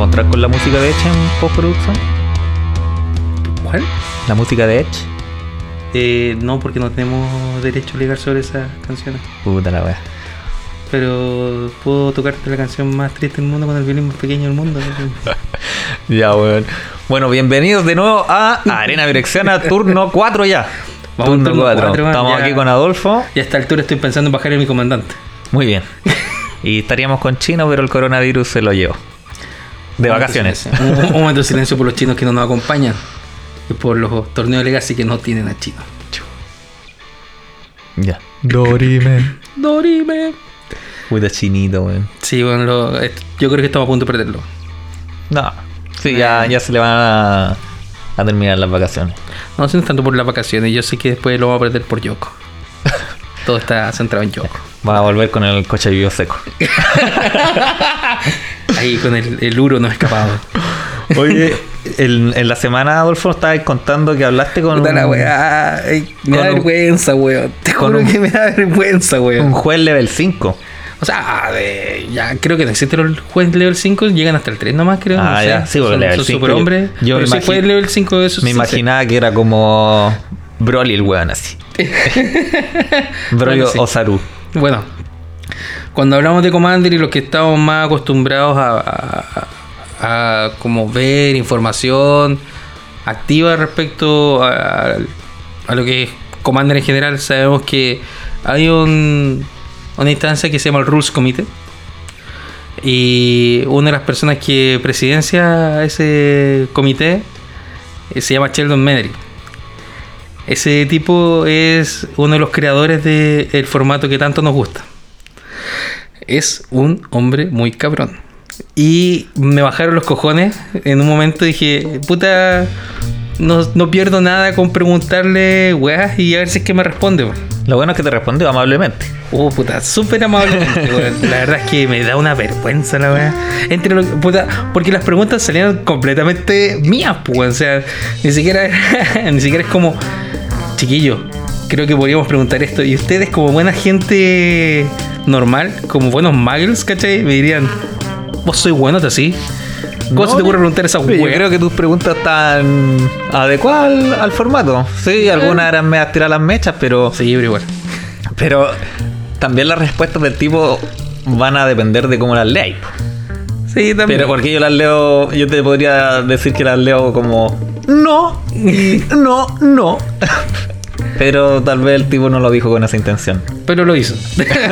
podemos entrar con la música de Edge en postproducción? ¿Cuál? ¿La música de Edge? No, porque no tenemos derecho legal sobre esas canciones. Puta la wea. Pero puedo tocarte la canción más triste del mundo con el violín más pequeño del mundo. Ya, weón. Bueno, bienvenidos de nuevo a Arena Virexiana, turno 4 ya. Vamos turno 4. Man, Estamos ya, aquí con Adolfo. Y a esta altura estoy pensando en bajar a mi comandante. Muy bien. Y estaríamos con Chino, pero el coronavirus se lo llevó. De vacaciones. Un momento de silencio por los chinos que no nos acompañan. Y por los torneos de Legacy que no tienen a Chino. Ya. Dorime. Puta chinito, weón. Sí, bueno, yo creo que estamos a punto de perderlo. No. Sí, ya se le van a terminar las vacaciones. No, no tanto por las vacaciones. Yo sé que después lo vamos a perder por Yoko. Todo está centrado en Yoko. Va a volver con el coche vivo seco. Ahí con el uro no escapado. Oye, en la semana, Adolfo, estabas contando que hablaste con Puta la weá. Me da vergüenza, weón. Te juro que me da vergüenza, weón. Un juez level 5. O sea, ya creo que no existen los jueces level 5, llegan hasta el 3 nomás, creo. Ah, no ya, sé. sí, porque level son 5. superhombres. Yo pero si fue el level 5 de esos. Me imaginaba que era como Broly el weón así. Broly bueno, sí. o Saru. Bueno, cuando hablamos de Commander y los que estamos más acostumbrados a como ver información activa respecto a lo que es Commander en general, sabemos que hay una instancia que se llama el Rules Committee, y una de las personas que presidencia ese comité se llama Sheldon Menery. Ese tipo es uno de los creadores del formato que tanto nos gusta. Es un hombre muy cabrón. Y me bajaron los cojones. En un momento dije, puta, no pierdo nada con preguntarle weas y a ver si es que me responde. Lo bueno es que te respondió amablemente. Puta, súper amablemente. La verdad es que me da una vergüenza la wea. Porque las preguntas salieron completamente mías, pues. O sea, ni siquiera es como, chiquillo, creo que podríamos preguntar esto. Y ustedes, como buena gente normal, como buenos muggles, ¿cachai? Me dirían, vos soy bueno, así. ¿Cómo se te ocurre preguntar esa wea? Yo creo que tus preguntas están adecuadas al formato. Sí, algunas eran medias tirar las mechas, pero. Sí, pero igual. Pero también las respuestas del tipo van a depender de cómo las leáis. Sí, también. Pero porque yo las leo, yo te podría decir que las leo como no, no. Pero tal vez el tipo no lo dijo con esa intención. Pero lo hizo.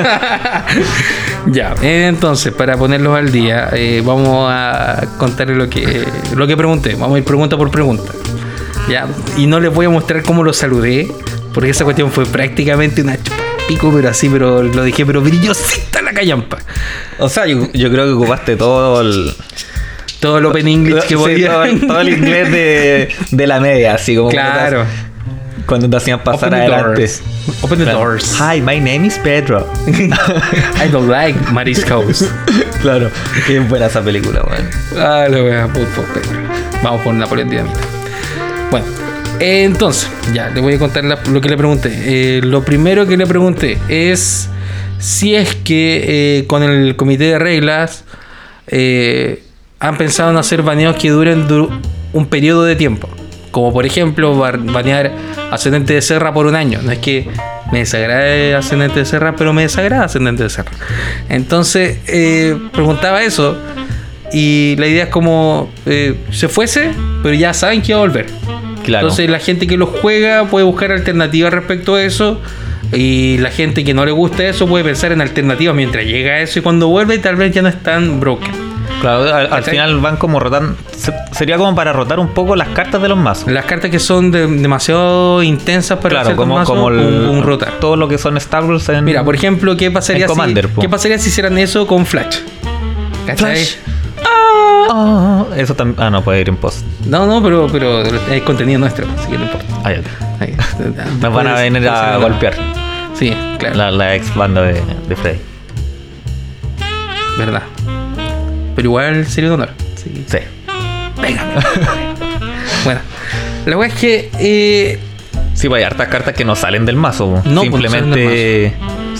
Ya, entonces, para ponerlos al día, vamos a contarles lo que pregunté. Vamos a ir pregunta por pregunta. Ya, y no les voy a mostrar cómo lo saludé, porque esa cuestión fue prácticamente una chupa pico, pero así, pero lo dije, pero brillosita la callampa. O sea, yo creo que ocupaste todo el Open English que podía. Todo el inglés de la media, así como. Claro. Cuando te hacían pasar adelante. Open the doors. Hi, my name is Pedro. I don't like mariscos. Claro. Qué buena esa película, weón. Ah, lo voy a Pedro. Vamos por Napoleón Dinamita. Bueno, entonces, ya, le voy a contar lo que le pregunté. Lo primero que le pregunté es si es que con el comité de reglas han pensado en hacer baneos que duren un periodo de tiempo. Como por ejemplo banear Ascendente de Serra por un año. No es que me desagrade Ascendente de Serra, pero me desagrada Ascendente de Serra. Entonces preguntaba eso. Y la idea es como se fuese, pero ya saben que va a volver. Claro. Entonces la gente que lo juega puede buscar alternativas respecto a eso. Y la gente que no le gusta eso puede pensar en alternativas mientras llega a eso. Y cuando vuelve tal vez ya no es tan broken. Claro, al final van como rotando. Sería como para rotar un poco las cartas de los mazos. Las cartas que son demasiado intensas para hacer como un rotar. Todo lo que son Staples en. Mira, por ejemplo, ¿qué pasaría si hicieran eso con Flash? ¿Cachai? Flash. Eso también. No puede ir en post. No, pero es contenido nuestro, así que no importa. Ahí. Nos van a venir a golpear. Sí, claro. La ex banda de Freddy. ¿Verdad? Pero igual sería un honor. Sí. Venga. Bueno, la verdad es que sí, hay hartas cartas que no salen del mazo. No, simplemente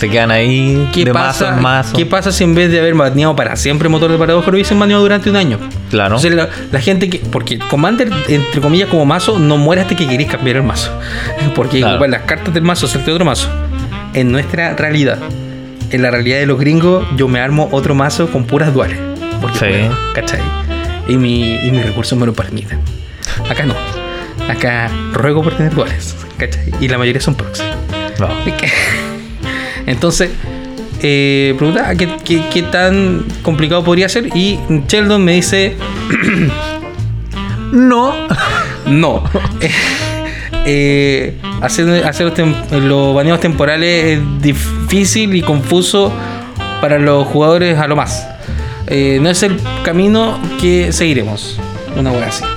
Se quedan ahí de mazo en mazo. ¿Qué pasa si en vez de haber baneado para siempre motor de paradoja lo hubiesen baneado durante un año? Claro. Entonces la gente que... Porque Commander, entre comillas, como mazo, no muere hasta que queréis cambiar el mazo. Porque Claro. igual las cartas del mazo, hacerte otro mazo. En nuestra realidad, en la realidad de los gringos, yo me armo otro mazo con puras duales. Porque Sí. puedo, ¿cachai? Y mis recursos me lo permiten. Acá no. Acá ruego por tener duales, ¿cachai? Y la mayoría son proxy. No. Entonces, pregunta ¿qué tan complicado podría ser? Y Sheldon me dice No. no. Hacer los baneos temporales es difícil y confuso para los jugadores a lo más. No es el camino que seguiremos. Una wea así.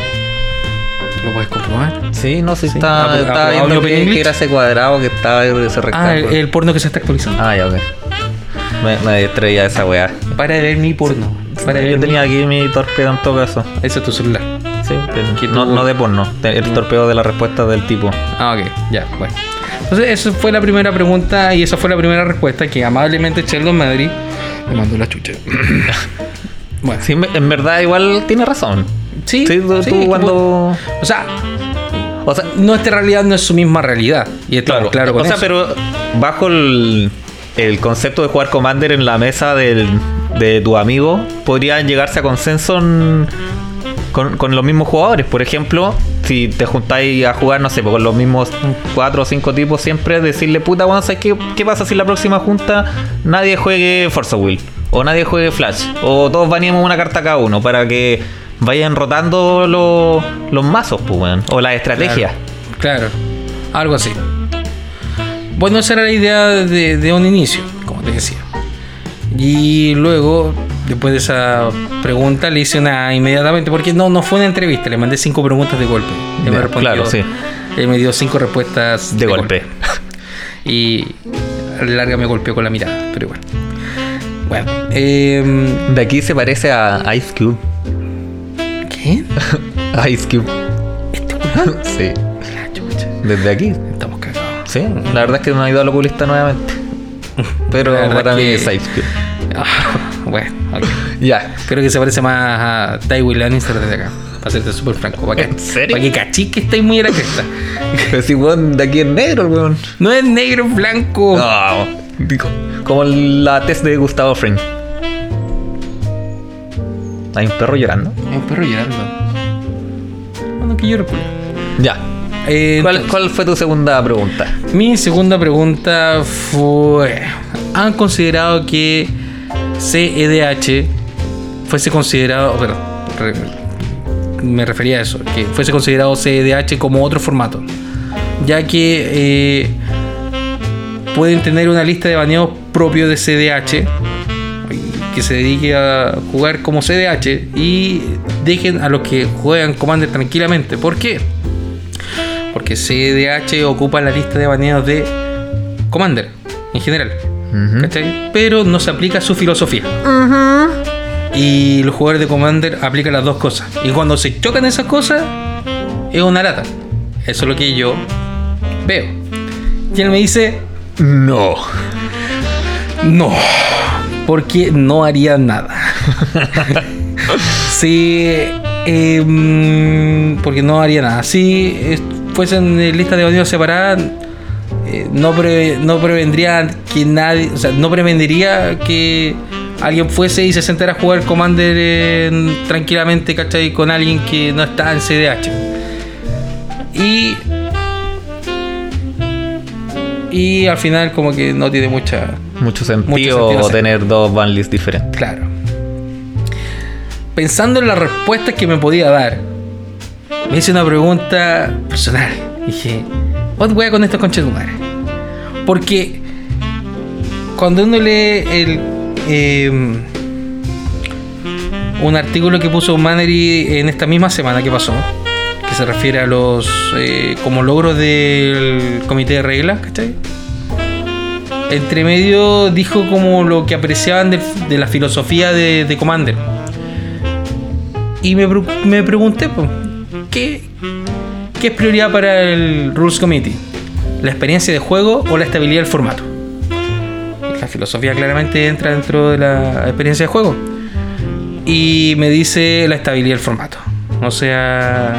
¿Lo puedes comprobar? Sí, no sé, Sí. estaba ¿Aprobado viendo mi Open que English? era ese cuadrado que estaba ese rectángulo. El porno que se está actualizando. Ah, ya, ok. Me distraía esa weá. Para de ver mi porno. Para de ver Yo tenía aquí mi torpedo en todo caso. Ese es tu celular. Sí, ¿Qué no, tuvo? no de porno. El torpedo de la respuesta del tipo. Ah, ok, ya, bueno. Entonces, esa fue la primera pregunta y esa fue la primera respuesta que amablemente Sheldon Madrid me mandó la chucha. Bueno, Sí, en verdad igual tiene razón. sí, Sí, tú es que, cuando... o sea, O sea, nuestra realidad no es su misma realidad. Y estamos claro con o sea, eso. pero bajo el concepto de jugar Commander en la mesa de tu amigo, podrían llegarse a consenso con los mismos jugadores. Por ejemplo, si te juntáis a jugar, no sé, con los mismos 4 o 5 tipos siempre, decirle, puta, bueno, ¿sabes qué pasa si la próxima junta nadie juegue Force Will? O nadie juegue Flash. O todos baneemos una carta cada uno para que vayan rotando los mazos, pues, weón. O las estrategias. Claro, algo así. Bueno, esa era la idea de un inicio, como te decía. Y luego, después de esa pregunta, le hice una inmediatamente, porque no fue una entrevista, le mandé 5 preguntas de golpe. Él me Ya, respondió, claro, sí. Él me dio 5 respuestas De golpe. Y a la larga me golpeó con la mirada, pero igual. Bueno, De aquí se parece a Ice Cube. ¿qué? Ice Cube. ¿Este weón? Sí. La chucha, Desde aquí. estamos cagados. Sí. La verdad es que no ha ido al oculista nuevamente. Pero La verdad para mí que- es Ice Cube. Ah, bueno, ok. Ya. Creo que se parece más a Tywin Lannister desde acá. Para serte súper franco. Para que, ¿En serio? Para que cachis que estáis muy a la cresta. Pero si weón de aquí es negro, el weón. No es negro, es blanco. No. Digo, como la test de Gustavo Fring. Hay un perro llorando. Es un perro llorando. Bueno, que lloro, culo. Ya. ¿Cuál fue tu segunda pregunta? Mi segunda pregunta fue: ¿han considerado que CEDH fuese considerado, bueno, me refería a eso, que fuese considerado CEDH como otro formato, ya que pueden tener una lista de baneos propio de CDH que se dedique a jugar como CDH y dejen a los que juegan Commander tranquilamente? ¿Por qué? Porque CDH ocupa la lista de baneos de Commander en general, ¿cachai? Pero no se aplica su filosofía. Y los jugadores de Commander aplican las dos cosas. Y cuando se chocan esas cosas, es una lata. Eso es lo que yo veo. Y él me dice: No. no, porque no haría nada. Sí, porque no haría nada. Si fuesen listas de baneos separadas, no prevendría que nadie, o sea, no prevendría que alguien fuese y se sentara a jugar Commander tranquilamente, ¿cachai? Con alguien que no está en CDH. Y al final como que no tiene Mucho sentido sentido, tener dos banlists diferentes. claro. Pensando en las respuestas que me podía dar, me hice una pregunta personal. Dije: ¿what voy a con estos conches de madre? Porque cuando uno lee un artículo que puso Mannery en esta misma semana que pasó, que se refiere a los como logros del comité de reglas, ¿cachai? Entre medio dijo como lo que apreciaban de la filosofía de Commander. Y me pregunté, pues, ¿qué es prioridad para el Rules Committee? ¿La experiencia de juego o la estabilidad del formato? La filosofía claramente entra dentro de la experiencia de juego. Y me dice la estabilidad del formato. O sea,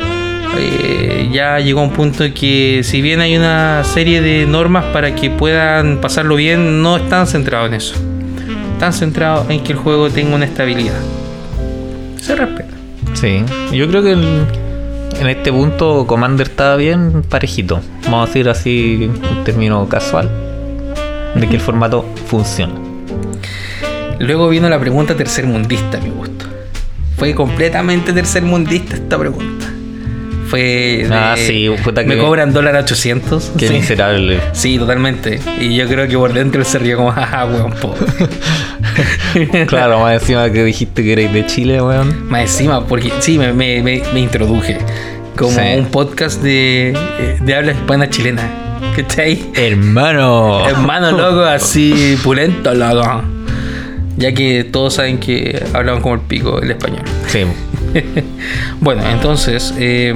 ya llegó a un punto que si bien hay una serie de normas para que puedan pasarlo bien, no están centrados en eso. Están centrados en que el juego tenga una estabilidad. Se respeta. Sí, yo creo que en este punto Commander está bien parejito. Vamos a decir así un término casual de que el formato funciona. Luego vino la pregunta tercermundista, a mi gusto. Fue completamente tercermundista esta pregunta. Fue sí, puta que me cobran $800. Qué sí. miserable. Sí, totalmente. Y yo creo que por dentro él se rió como, jaja, weón, pobre. Claro, más encima que dijiste que erais de Chile, weón. Más encima, porque sí, me introduje como Sí. un podcast de habla hispana chilena. ¿Cachai? Hermano. Hermano loco, así pulento loco. Ya que todos saben que hablaban como el pico el español. Sí. Bueno, entonces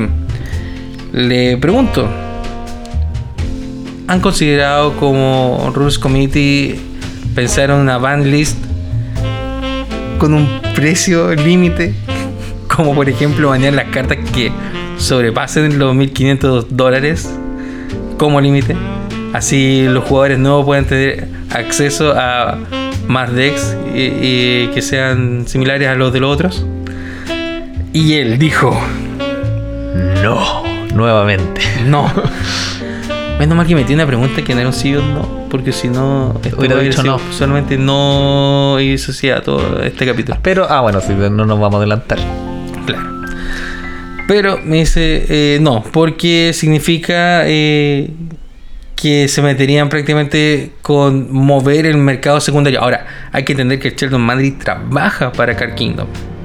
le pregunto, ¿han considerado como Rules Committee pensar en una ban list con un precio límite? Como por ejemplo banear las cartas que sobrepasen los $1,500 como límite. Así los jugadores nuevos pueden tener acceso a más decks y que sean similares a los de los otros. Y él dijo: No, nuevamente. no. Menos mal que metí una pregunta que no era un sí o no, porque si no Hubiera dicho no. solamente no, y eso sí a todo este capítulo. Pero, bueno, sí, no nos vamos a adelantar. Claro. Pero me dice no, porque significa que se meterían prácticamente con mover el mercado secundario. Ahora, hay que entender que el Sheldon Mandrake trabaja para Card Kingdom.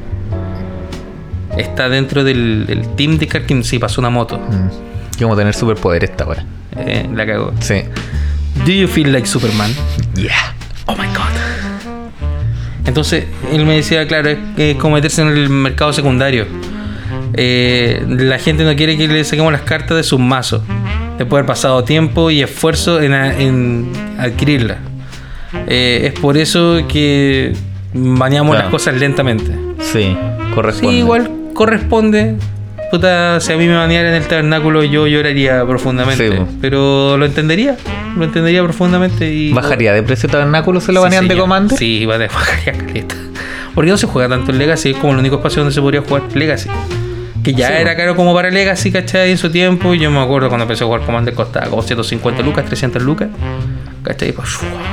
Está dentro del team de Card Kingdom. Sí, pasó una moto. Que vamos a tener superpoder esta hora. La cagó. Sí. Do you feel like Superman? Yeah. Oh my god. Entonces, él me decía, claro, es como meterse en el mercado secundario. La gente no quiere que le saquemos las cartas de sus mazos, después de haber pasado tiempo y esfuerzo en adquirirlas. Es por eso que baneamos Claro. las cosas lentamente. Sí, corresponde. Sí, igual corresponde. Puta, si a mí me banearan en el tabernáculo, yo lloraría profundamente. Sí, pero lo entendería profundamente. Y ¿Bajaría de precio tabernáculo si lo Sí, banean de señor. Commander? Sí, bajaría caleta. Porque no se juega tanto en Legacy, es como el único espacio donde se podría jugar Legacy. Que ya Sí, era caro como para Legacy, ¿cachai? En su tiempo. Yo me acuerdo cuando empecé a jugar Commander costaba como 150 lucas, 300 lucas. ¿Cachai? Pues,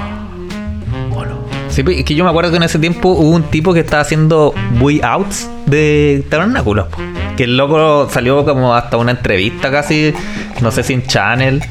Sí, es que yo me acuerdo que en ese tiempo hubo un tipo que estaba haciendo outs de tabernáculos. Po. Que el loco salió como hasta una entrevista casi, no sé si en Channel.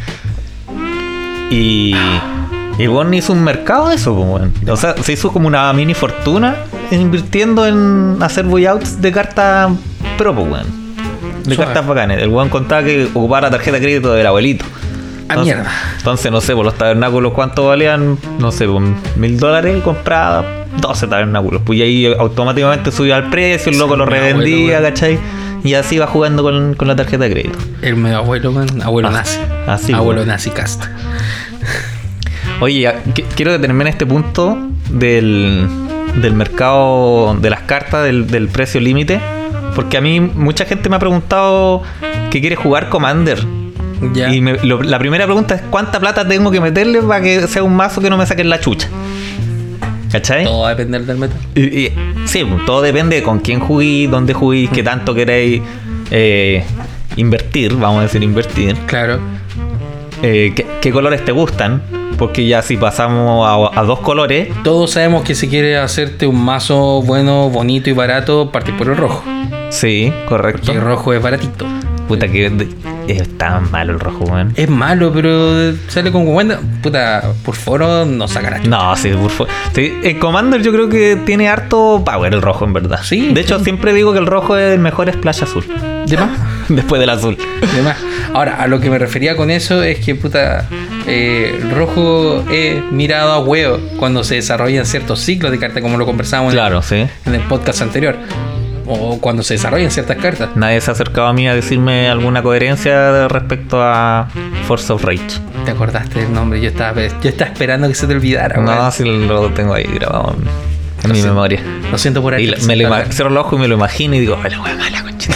Y el weón hizo un mercado de eso, po, weón. O sea, se hizo como una mini fortuna invirtiendo en hacer outs de cartas pro, po, weón. De Suave. cartas bacanes. El weón contaba que ocupaba la tarjeta de crédito del abuelito. mierda. Entonces, no sé, por los tabernáculos, ¿cuánto valían? No sé, por $1,000, compraba 12 tabernáculos. Pues y ahí automáticamente subía el precio, el loco lo mi revendía, abuelo, ¿cachai? Y así iba jugando con la tarjeta de crédito. El medio abuelo, man. Abuelo Ah, nazi. así, Abuelo weón. nazi cast. Oye, ya, quiero detenerme en este punto del mercado de las cartas, del precio límite. Porque a mí mucha gente me ha preguntado que quiere jugar Commander. Ya. Y la primera pregunta es: ¿cuánta plata tengo que meterle para que sea un mazo que no me saquen la chucha? ¿Cachai? Todo va a depender del meta. Sí, todo depende de con quién juguís, dónde juguís, qué tanto queréis invertir, vamos a decir invertir. Claro. ¿Qué colores te gustan? Porque ya si pasamos a dos colores, Todos sabemos que si quieres hacerte un mazo bueno, bonito y barato, partir por el rojo. sí, correcto. Que el rojo es baratito. Puta que está malo el rojo, weón. Es malo, pero sale con cuenta. Puta, por foro no sacará. No, sí, sí, en Commander yo creo que tiene harto power el rojo, en verdad. Sí, de hecho, sí. siempre digo que el rojo es el mejor splash azul. ¿De más? Después del azul. De más. Ahora, a lo que me refería con eso es que, puta, el rojo es mirado a huevo cuando se desarrollan ciertos ciclos de cartas, como lo conversábamos Claro, sí. en el podcast anterior. O cuando se desarrollan ciertas cartas. Nadie se ha acercado a mí a decirme alguna coherencia respecto a Force of Rage. ¿Te acordaste del nombre? Yo estaba esperando que se te olvidara. No, weón. si lo tengo ahí grabado en mi memoria. Lo siento por ahí. Y cierro los ojos y me lo imagino y digo, ¡ay, la wea mala, conchita!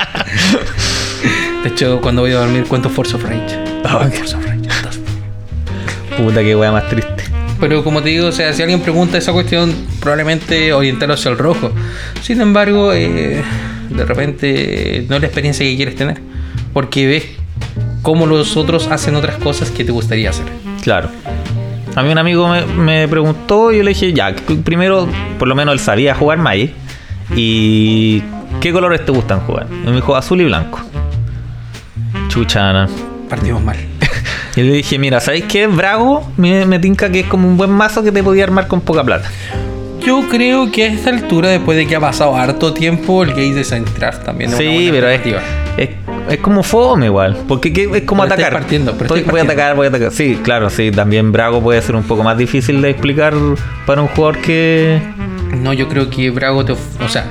De hecho, cuando voy a dormir cuento Force of Rage. Force of Rage. Puta, qué wea más triste. Pero como te digo, o sea, si alguien pregunta esa cuestión, probablemente orientarlo hacia el rojo. Sin embargo, de repente no es la experiencia que quieres tener. Porque ves cómo los otros hacen otras cosas que te gustaría hacer. Claro. A mí un amigo me preguntó y yo le dije, ya, primero, por lo menos él sabía jugar Magic. ¿Y qué colores te gustan jugar? Y me dijo, azul y blanco. Chuchana. Partimos mal. Y le dije, mira, ¿sabéis qué? Brago me tinca que es como un buen mazo que te podía armar con poca plata. Yo creo que a esta altura, después de que ha pasado harto tiempo, el Gaze Design-Trash también es una Sí, buena pero alternativa. es como fome igual. Porque es como Pero atacar. Voy a atacar. Sí, claro, sí. También Brago puede ser un poco más difícil de explicar para un jugador que... No, yo creo que Brago o sea,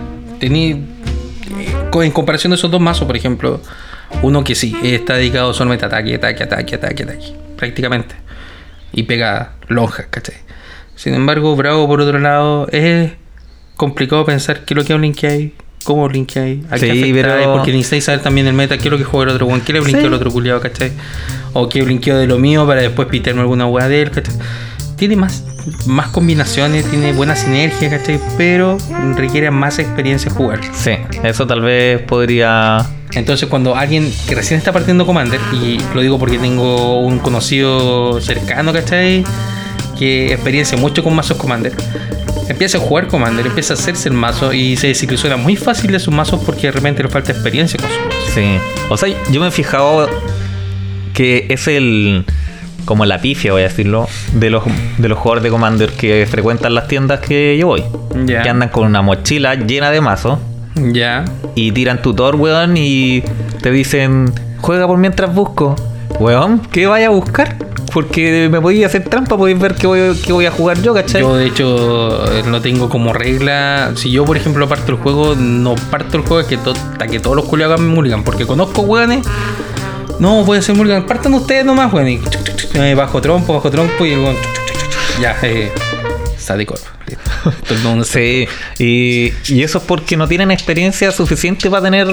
en comparación de esos dos mazos, por ejemplo, uno que sí está dedicado solamente a ataque, prácticamente, y pega lonjas, ¿cachai? Sin embargo, Brago, por otro lado, es complicado pensar qué es lo que hay, cómo hay, a qué afecta, porque necesitáis saber también el meta, qué es lo que juega el otro weón, qué le blinqueó el otro culiado, ¿cachai? O qué blinqueó de lo mío para después pitearme alguna weá de él, ¿cachai? Tiene más combinaciones, tiene buena sinergia, ¿cachai? Pero requiere más experiencia jugar. Sí, eso tal vez podría... Entonces cuando alguien que recién está partiendo Commander, y lo digo porque tengo un conocido cercano, ¿cachai? Que experiencia mucho con mazos Commander, empieza a jugar Commander, empieza a hacerse el mazo y se desilusiona muy fácil de sus mazos porque de repente le falta experiencia con sus mazos. Sí, o sea, yo me he fijado que es como la pifia, voy a decirlo, de los jugadores de Commander que frecuentan las tiendas que yo voy. Ya. Que andan con una mochila llena de mazos. Ya. Y tiran tutor, weón, y te dicen, juega por mientras busco. Weón, ¿qué vaya a buscar? Porque me podéis hacer trampa, podéis ver qué voy a jugar yo, ¿cachai? Yo de hecho no tengo como regla. Si yo por ejemplo parto el juego, no parto el juego hasta que todos los culiados hagan mulligan. Porque conozco weones. No, voy a hacer mulligan. Partan ustedes nomás, weón. Y bajo trompo y el weón. Ya, Static Corp. Sí, y eso es porque no tienen experiencia suficiente para tener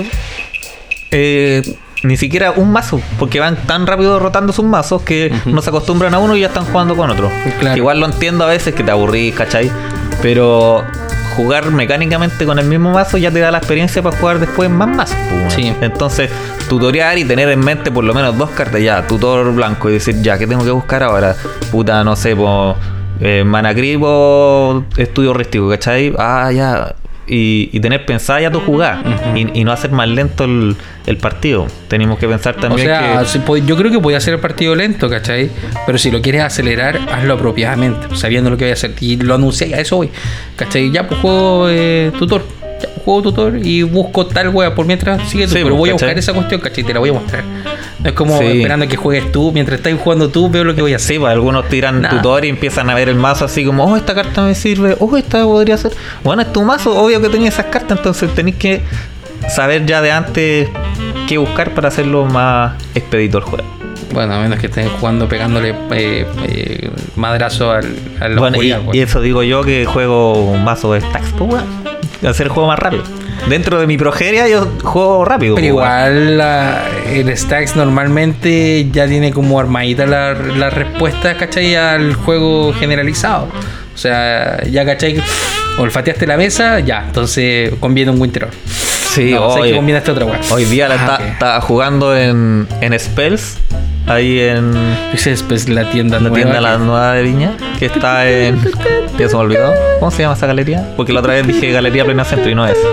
ni siquiera un mazo, porque van tan rápido rotando sus mazos que no se acostumbran a uno y ya están jugando con otro. Claro. Igual lo entiendo a veces que te aburrís, ¿cachai? Pero jugar mecánicamente con el mismo mazo ya te da la experiencia para jugar después más mazos. Sí. Entonces, tutoriar y tener en mente por lo menos dos cartas ya, tutor blanco, y decir, ya, ¿qué tengo que buscar ahora? Puta, no sé, pues Mana Creep o Estudio Rístico, ¿cachai? Ah, ya. Y tener pensada ya tu jugada y no hacer más lento el partido. Tenemos que pensar también, o sea, yo creo que voy a hacer el partido lento, ¿cachai? Pero si lo quieres acelerar, hazlo apropiadamente, sabiendo lo que voy a hacer. Y lo anuncié, a eso voy, ¿cachai? Ya pues juego tutor y busco tal wea por mientras sigue tú, sí, pero voy a ¿cachai? buscar esa cuestión, ¿cachai? Te la voy a mostrar. No es como Sí. esperando que juegues tú, mientras estás jugando tú, veo lo que voy a hacer. Sí, pues algunos tiran tutor y empiezan a ver el mazo así como, oh, esta carta me sirve, oh, esta podría ser. Bueno, es tu mazo, obvio que tenía esas cartas, entonces tenéis que saber ya de antes qué buscar para hacerlo más expedito el juego. Bueno, a menos que estén jugando pegándole madrazo a los Bueno, jugadores, y eso digo yo que juego un mazo de stacks, pues weón. Hacer el juego más rápido. Dentro de mi progeria yo juego rápido. Pero pues, igual el Stacks normalmente ya tiene como armadita la respuesta, ¿cachai? Al juego generalizado. O sea, ya, ¿cachai? Olfateaste la mesa, ya, entonces conviene un Winter Orb. Sí, no, sé que conviene esta otra weá. Hoy día okay. Está jugando en Spells. Ahí en... Esa es la tienda la nueva. Tienda la nueva de Viña. Que está en... Ya se me olvidó. ¿Cómo se llama esa galería? Porque la otra vez dije Galería Plena Centro y no es.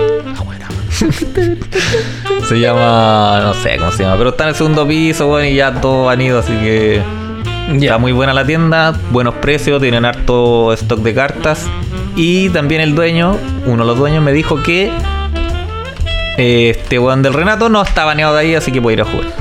Se llama... No sé cómo se llama. Pero está en el segundo piso, bueno, y ya todos han ido, así que... Está muy buena la tienda. Buenos precios. Tienen harto stock de cartas. Y también el dueño, uno de los dueños, me dijo que... Este weón del Renato no está baneado de ahí, así que puede ir a jugar.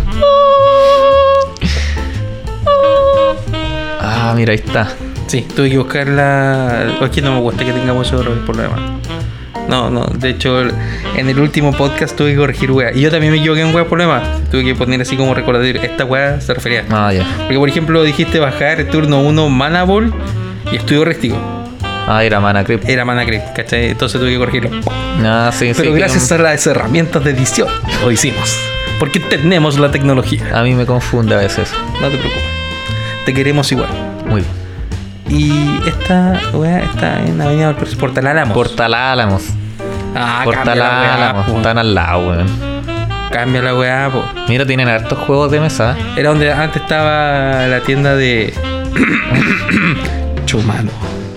Mira, ahí está. Sí, tuve que buscarla. Es que no me gusta que tengamos esos errores por lo demás. No, de hecho, en el último podcast tuve que corregir weá. Y yo también me equivoqué en weá problema. Tuve que poner así como recordatorio. Esta weá se refería. Ah, ya. Porque, por ejemplo, dijiste bajar turno 1 Mana Ball y Estudio Rístico. Ah, era Mana Creep. Era Mana Creep, ¿cachai? Entonces tuve que corregirlo. Ah, sí, Pero sí. gracias a las herramientas de edición lo hicimos. Porque tenemos la tecnología. A mí me confunde a veces. No te preocupes. Te queremos igual. Muy bien. Y esta weá está en Avenida Valparaíso, Portal Álamos. Portal Álamos. Ah, Portal cambia la weá, Álamos. po. Están al lado, weón. Cambia la weá, po. Mira, tienen hartos juegos de mesa. Era donde antes estaba la tienda de Chumano.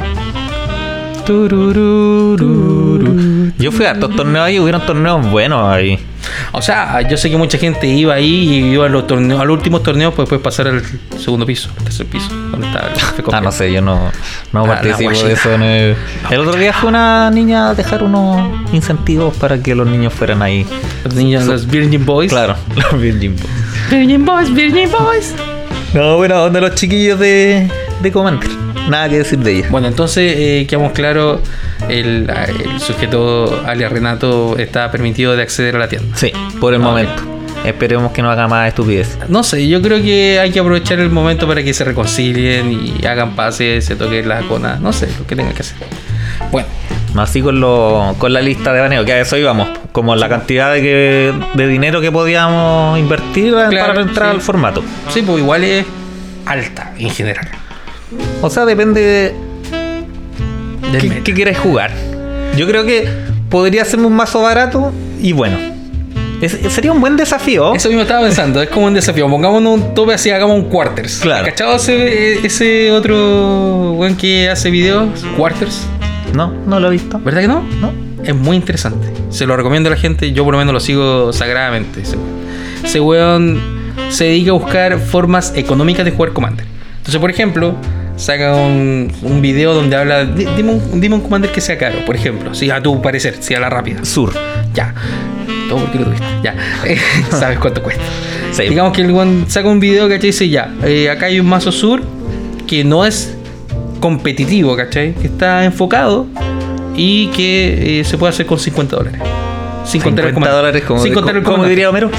Yo fui a hartos torneos ahí, hubieron torneos buenos ahí. O sea, yo sé que mucha gente iba ahí y iba a los torneos, a los últimos torneos, pues después pasar al segundo piso, al tercer piso, donde estaba el café con Ah, no piel. sé, yo no participo guachita. de eso. El otro día fue una niña a dejar unos incentivos para que los niños fueran ahí. Los niños, los Virgin Boys. Claro, los Virgin Boys. Virgin Boys, Virgin Boys. No, bueno, donde los chiquillos de Commander. Nada que decir de ella. Bueno, entonces quedamos claro, el sujeto alias Renato está permitido de acceder a la tienda. Sí, por el Ah, momento. Esperemos que no haga más estupidez. No sé, yo creo que hay que aprovechar el momento para que se reconcilien y hagan pases, se toquen las conas, no sé, lo que tengan que hacer. Bueno, Así con la lista de baneo, que a eso íbamos. Como la cantidad de dinero que podíamos invertir para entrar sí. al formato. Sí, pues igual es alta en general. O sea, depende de Del meta. qué quieres jugar. Yo creo que podría ser un mazo barato y bueno. Sería un buen desafío. Eso mismo estaba pensando, es como un desafío. Pongámonos un tope así, hagamos un Quarters. Claro. ¿Cachado ese otro buen que hace videos? Quarters. No lo he visto. ¿Verdad que no? No. Es muy interesante. Se lo recomiendo a la gente. Yo por lo menos lo sigo sagradamente. Ese weón se dedica a buscar formas económicas de jugar Commander. Entonces, por ejemplo, saca un video donde habla. Dime un Commander que sea caro, por ejemplo. Si a tu parecer, si a la rápida. Sur. Ya. Todo porque lo tuviste. Ya. Sabes cuánto cuesta. Sí. Digamos que el weón saca un video, ¿cachai? Y dice ya. Acá hay un mazo sur que no es competitivo, ¿cachai? Que está enfocado y que se puede hacer con $50. Sin contar el comandante. $50 como, Sin contar el como comandante. diría Homero.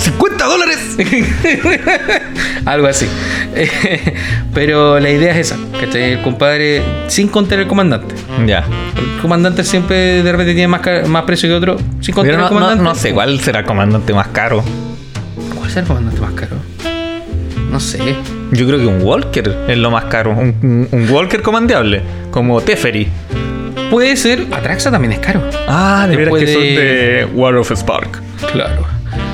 $50. Algo así. Pero la idea es esa, ¿cachai? El compadre, sin contar el comandante. Ya. El comandante siempre de repente tiene más precio que otro. Sin contar Pero el comandante. no sé cuál será el comandante más caro. ¿Cuál será el comandante más caro? No sé. Yo creo que un Walker es lo más caro. Un Walker comandeable. Como Teferi. Puede ser. Atraxa también es caro. Ah, de veras Después que son de- de War of Spark. Claro.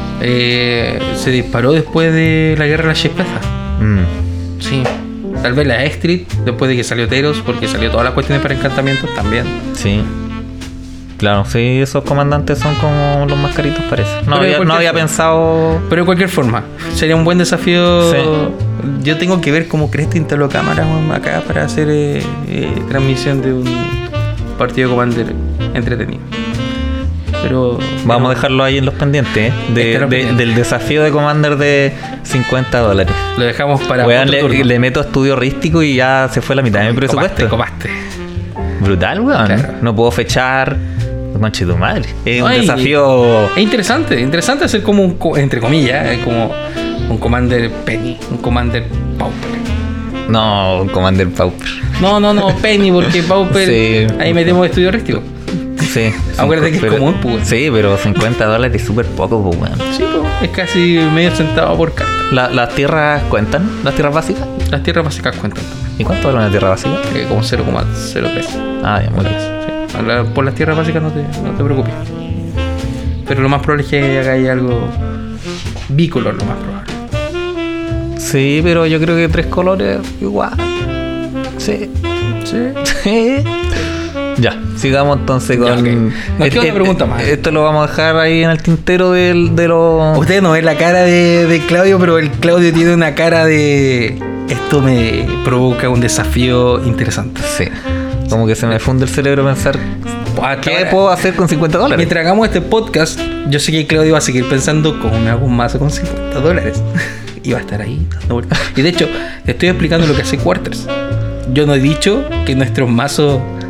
Se disparó después de la guerra de la Shepeza. Sí. Tal vez la Street, después de que salió Teros, porque salió todas las cuestiones para encantamientos también. Sí. Claro, sí, esos comandantes son como los más caritos, parece. Pero de No cualquier había forma. pensado. Pero de cualquier forma, sería un buen desafío. Sí. Yo tengo que ver cómo Cresta instaló cámaras acá para hacer transmisión de un partido de Commander entretenido. Pero Vamos a dejarlo ahí en los pendientes, ¿eh? Está en los pendientes. Del desafío de Commander de $50. lo dejamos para Weón, otro turno. le meto estudio rístico y ya se fue la mitad de mi presupuesto. Copaste. Brutal, weón. Claro. No puedo fechar. Conche tu madre. Es un Ay, desafío. Es interesante hacer como entre comillas, como un Commander Penny, un Commander Pauper. No, un Commander Pauper. No, Penny, porque Pauper Sí. ahí metemos estudio rístico. Sí. Acuérdate que es pero- común, pues. Sí, pero $50 es súper poco, pues, weón. Sí, pues, es casi medio centavo por carta. ¿Las tierras cuentan? ¿Las tierras básicas? Las tierras básicas cuentan también. ¿Y cuánto vale una tierra básica? Como 0,03. Ah, ya, muy bien. Sí. Por las tierras básicas no te preocupes. Pero lo más probable es que hagáis algo bicolor, lo más probable. Sí, pero yo creo que 3 colores igual. Sí. Sí. Ya, sigamos entonces con. Ya, ok. Nos queda una pregunta más. Esto lo vamos a dejar ahí en el tintero de los. Ustedes no ven la cara de Claudio, pero el Claudio tiene una cara de... Esto me provoca un desafío interesante. Sí. Como que se me funde el cerebro pensar. ¿Qué Ahora, puedo hacer con $50? mientras hagamos este podcast, yo sé que Claudio va a seguir pensando cómo me hago un mazo con $50. Y va a estar ahí dando vueltas. Y de hecho, te estoy explicando lo que hace Quarters. Yo no he dicho que nuestros mazos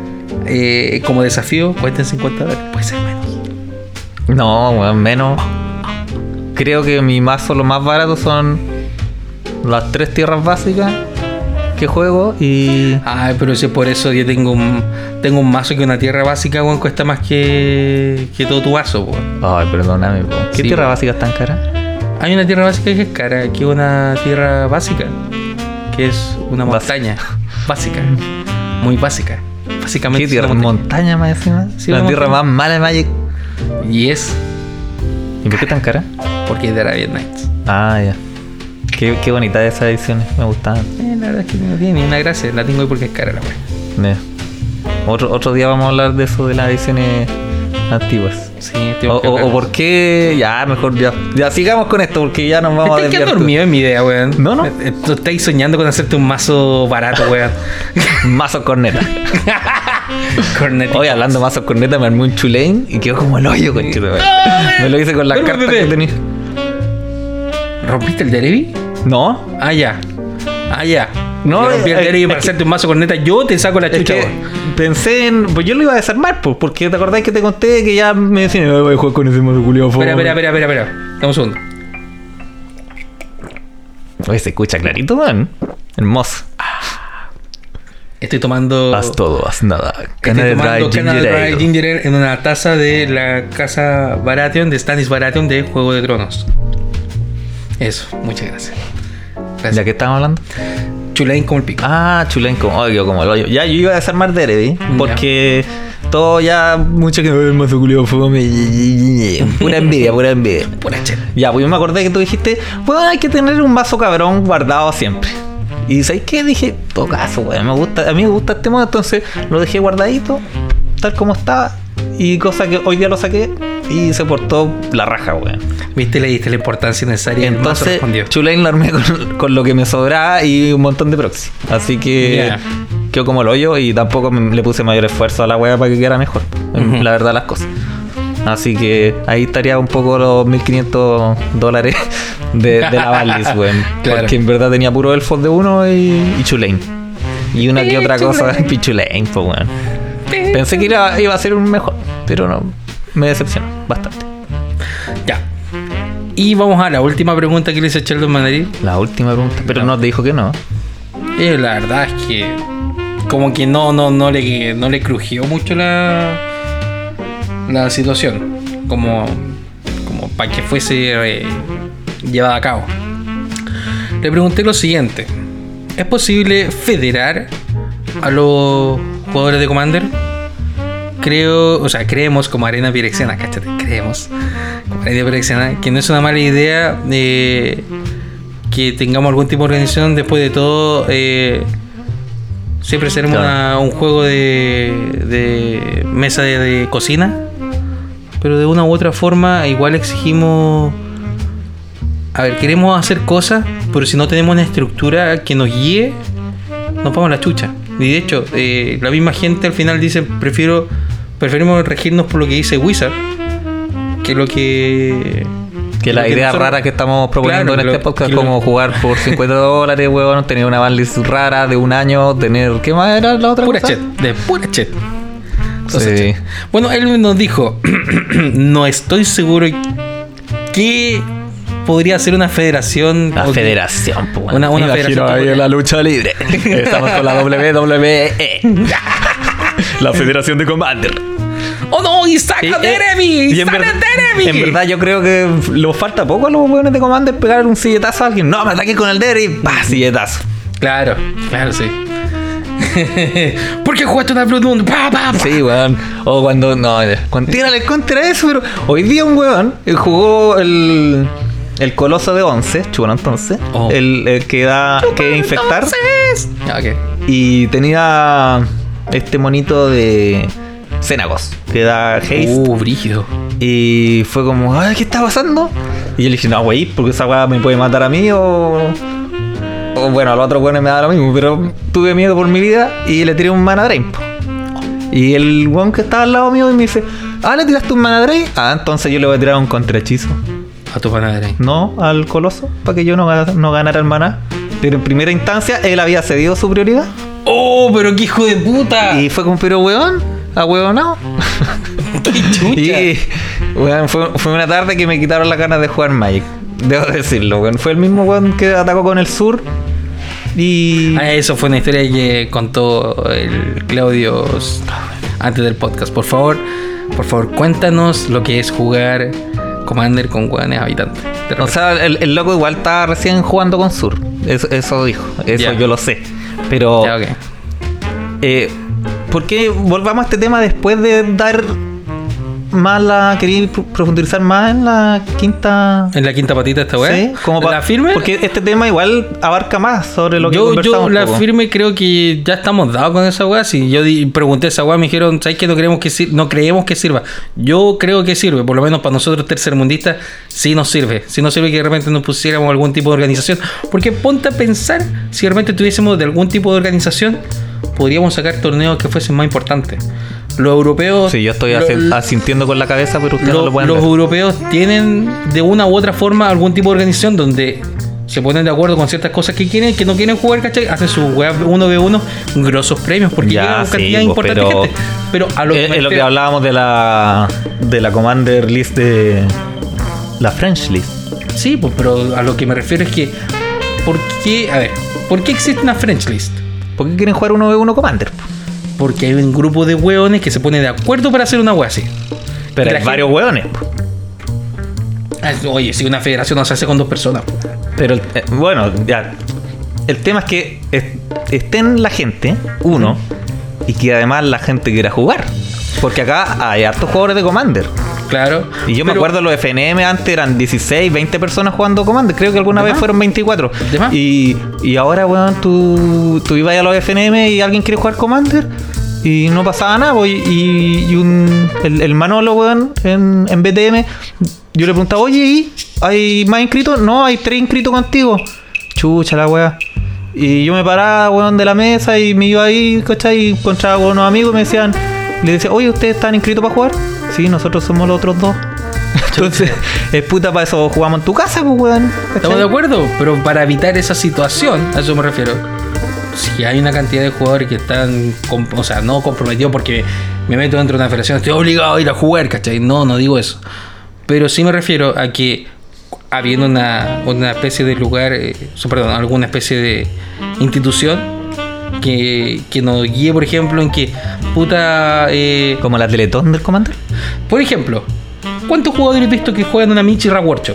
como desafío, cuesten $50. Puede ser menos. No, weón, menos. Creo que mi mazo lo más barato son las 3 tierras básicas que juego y... Ay, pero si por eso yo tengo un mazo que una tierra básica, weón, cuesta más que todo tu mazo, weón. Ay, perdóname, po. ¿Qué Sí, tierra weón. básica es tan cara? Hay una tierra básica que es cara, que es una tierra básica, que es una montaña básica, muy básica. Básicamente ¿Qué es tierra? una montaña. ¿Montaña más encima? Sí, la una tierra montaña. más mala de Magic. Y es ¿Y por qué tan cara? porque es de Arabian Nights. Ah, ya. Qué bonita esas ediciones, me gustaban. La verdad es que no tiene ni una gracia, la tengo ahí porque es cara la wea. Otro día vamos a hablar de eso, de las ediciones antiguas. Sí, tengo que O hablar. por qué... Ya, mejor ya sigamos con esto, porque ya nos vamos a Estás desviar. quedando dormido en mi idea, weón. No. Tú estáis soñando con hacerte un mazo barato, weón. Mazo corneta. Cornetito. Hoy hablando de mazo corneta me armé un chulane y quedó como el hoyo, conchito. Me lo hice con las Pero, cartas bebé. que tenía. ¿Rompiste el Derby? ¿No? Ah, ya. No, No, rompí el Derby es para que- hacerte un mazo corneta. Yo te saco la Es chucha, que weón. pensé en... Pues yo lo iba a desarmar, pues, porque te acordás que te conté que ya me decían, "Ay, voy a jugar con ese mazo culiao". Espera. Dame un segundo. Oye, se escucha clarito, man. Hermoso. Estoy tomando. Haz todo, haz nada. Estoy Canada tomando Dry Canada Ginger Dry Ale. Ginger Ale en una taza de la casa Baratheon, de Stannis Baratheon de Juego de Tronos. Eso, muchas gracias. ¿Ya que estamos hablando? Chulain como el pico. Ah, Chulenco. Oye, como el hoyo. Ya, yo iba a desarmar Derby, Ya. porque todo ya... Mucho que... El mazo culiao fome. Pura envidia, pura envidia. Pura chela. Ya, pues yo me acordé que tú dijiste, bueno, hay que tener un mazo cabrón guardado siempre. Y ¿sabes qué? Dije, todo caso, weón, a mí me gusta este modo, entonces lo dejé guardadito, tal como estaba, y cosa que hoy día lo saqué y se portó la raja, weón. Viste, le diste la importancia necesaria y el mazo Entonces, respondió. Chulane lo armé con lo que me sobraba y un montón de proxy. Así que Ya. quedó como el hoyo y tampoco le puse mayor esfuerzo a la weá para que quedara mejor. Ujú. La verdad, las cosas. Así que ahí estaría un poco los $1.500 de la Ballis, weón. Claro. Porque en verdad tenía puro elfos de uno y Chulane. Y una que otra cosa, Pichulane, pues weón. Pensé que iba a ser un mejor, pero no, me decepcionó bastante. Ya. Y vamos a la última pregunta que le hizo Sheldon Mandarin. La última pregunta, pero nos dijo que no. La verdad es que como que no le crujió mucho la situación. Como para que fuese llevada a cabo. Le pregunté lo siguiente: ¿es posible federar a los jugadores de Commander? Creemos como Arena Pirexiana, cáchate, creemos como Arena Pirexiana que no es una mala idea que tengamos algún tipo de organización. Después de todo, siempre seremos Claro. un juego de mesa de cocina, pero de una u otra forma igual exigimos. A ver, queremos hacer cosas, pero si no tenemos una estructura que nos guíe, nos vamos a la chucha. Y de hecho, la misma gente al final dice, preferimos regirnos por lo que dice Wizard que lo que... Que la lo que idea nosotros- rara que estamos proponiendo Claro, en que este lo- podcast que es como jugar por $50, weón, tener una banlist rara de un año, tener... ¿Qué más era la otra Pura cosa? chet, de pura chet. Entonces, Sí. chet. Bueno, él nos dijo, no estoy seguro que podría ser una federación. La o que- federación, pues, Una Me imagino federación ahí tipo- en la lucha libre. Estamos con la WWE. La Federación de Commander. ¡Oh no! ¡Y saca Derby! y en, ¡Saca Derby! en verdad yo creo que le falta poco a los hueones de Commander pegar un silletazo a alguien. No, me ataqué con el Derby. ¡Pah! Silletazo. Claro, sí. ¿Por qué jugaste una Blood Moon? ¡Pa, pa, pa! Sí, weón. O cuando... No, cuando tírale el counter a eso, pero... Hoy día un weón jugó el coloso de 11, chupón entonces. Oh. El que da... que infectar. Entonces. Ah, ok. Y tenía este monito de Xenagos, que da haste. Brígido. Y fue como, ay, ¿qué está pasando? Y yo le dije, no, wey, porque esa weá me puede matar a mí o bueno, a los otros weones me da lo mismo. Pero tuve miedo por mi vida y le tiré un mana drain, po. Y el weón que estaba al lado mío y me dice, ah, ¿le tiraste un mana drain? Ah, entonces yo le voy a tirar un contrahechizo. A tu panadera. No, al coloso, para que yo no ganara el mana. Pero en primera instancia él había cedido su prioridad. ¡Oh, pero qué hijo de puta! Y fue como, pero weón, a huevonao. Y weón, fue una tarde que me quitaron las ganas de jugar Magic. Debo decirlo, weón. Fue el mismo weón que atacó con el sur. Y. Eso fue una historia que contó el Claudio antes del podcast. Por favor, cuéntanos lo que es jugar Commander con hueones habitantes. O sea, el loco igual estaba recién jugando con sur. Eso dijo. Eso yo lo sé. Pero. Ya, okay. ¿Por qué volvamos a este tema después de dar más quería profundizar más en la quinta... ¿En la quinta patita esta weá? Sí, como ¿La firme? Porque este tema igual abarca más sobre lo que Yo conversamos. la firme creo que ya estamos dados con esa weá. Si yo pregunté esa weá, me dijeron, ¿sabes qué? No creemos que sirva. Yo creo que sirve, por lo menos para nosotros tercermundistas, sí nos sirve. Sí nos sirve que de repente nos pusiéramos algún tipo de organización. Porque ponte a pensar, si de repente tuviésemos de algún tipo de organización, podríamos sacar torneos que fuesen más importantes. Los europeos... Sí, yo estoy asintiendo con la cabeza, pero ustedes no lo pueden ver. Los europeos tienen de una u otra forma algún tipo de organización donde se ponen de acuerdo con ciertas cosas que quieren, que no quieren jugar, ¿cachai? Hacen sus web 1v1 grosos premios porque ya, llegan una sí, cantidad importante de gente. Pero a lo es lo que hablábamos de la Commander List de la French List. Sí, pues, pero a lo que me refiero es que ¿por qué existe una French List? ¿Por qué quieren jugar 1v1 Commander? Porque hay un grupo de hueones que se ponen de acuerdo para hacer una hueá así. Pero hay varios hueones. Oye, si una federación no se hace con 2 personas. Pero bueno, ya. El tema es que estén la gente, uno, y que además la gente quiera jugar. Porque acá hay hartos jugadores de Commander. Claro. Y yo me acuerdo los FNM antes eran 16, 20 personas jugando Commander. Creo que alguna vez fueron 24. Y ahora, weón, tú ibas a los FNM y alguien quiere jugar Commander y no pasaba nada. El Manolo, weón, en BTM, yo le preguntaba, oye, ¿y hay más inscritos? No, hay 3 inscritos contigo. Chucha la weá. Y yo me paraba, weón, de la mesa y me iba ahí, ¿cachai? Y encontraba con unos amigos y me decían, le decía, oye, ¿ustedes están inscritos para jugar? Sí, nosotros somos los otros 2. Entonces, es puta, para eso jugamos en tu casa, pues, weón. ¿Cachai? Estamos de acuerdo, pero para evitar esa situación, a eso me refiero. Si hay una cantidad de jugadores que están, no comprometidos porque me meto dentro de una federación, estoy obligado a ir a jugar, ¿cachai? No digo eso. Pero sí me refiero a que habiendo una especie de lugar, alguna especie de institución que nos guíe, por ejemplo, en que como la Teletón del Commander. Por ejemplo, ¿cuántos jugadores has visto que juegan una Michira Workshop?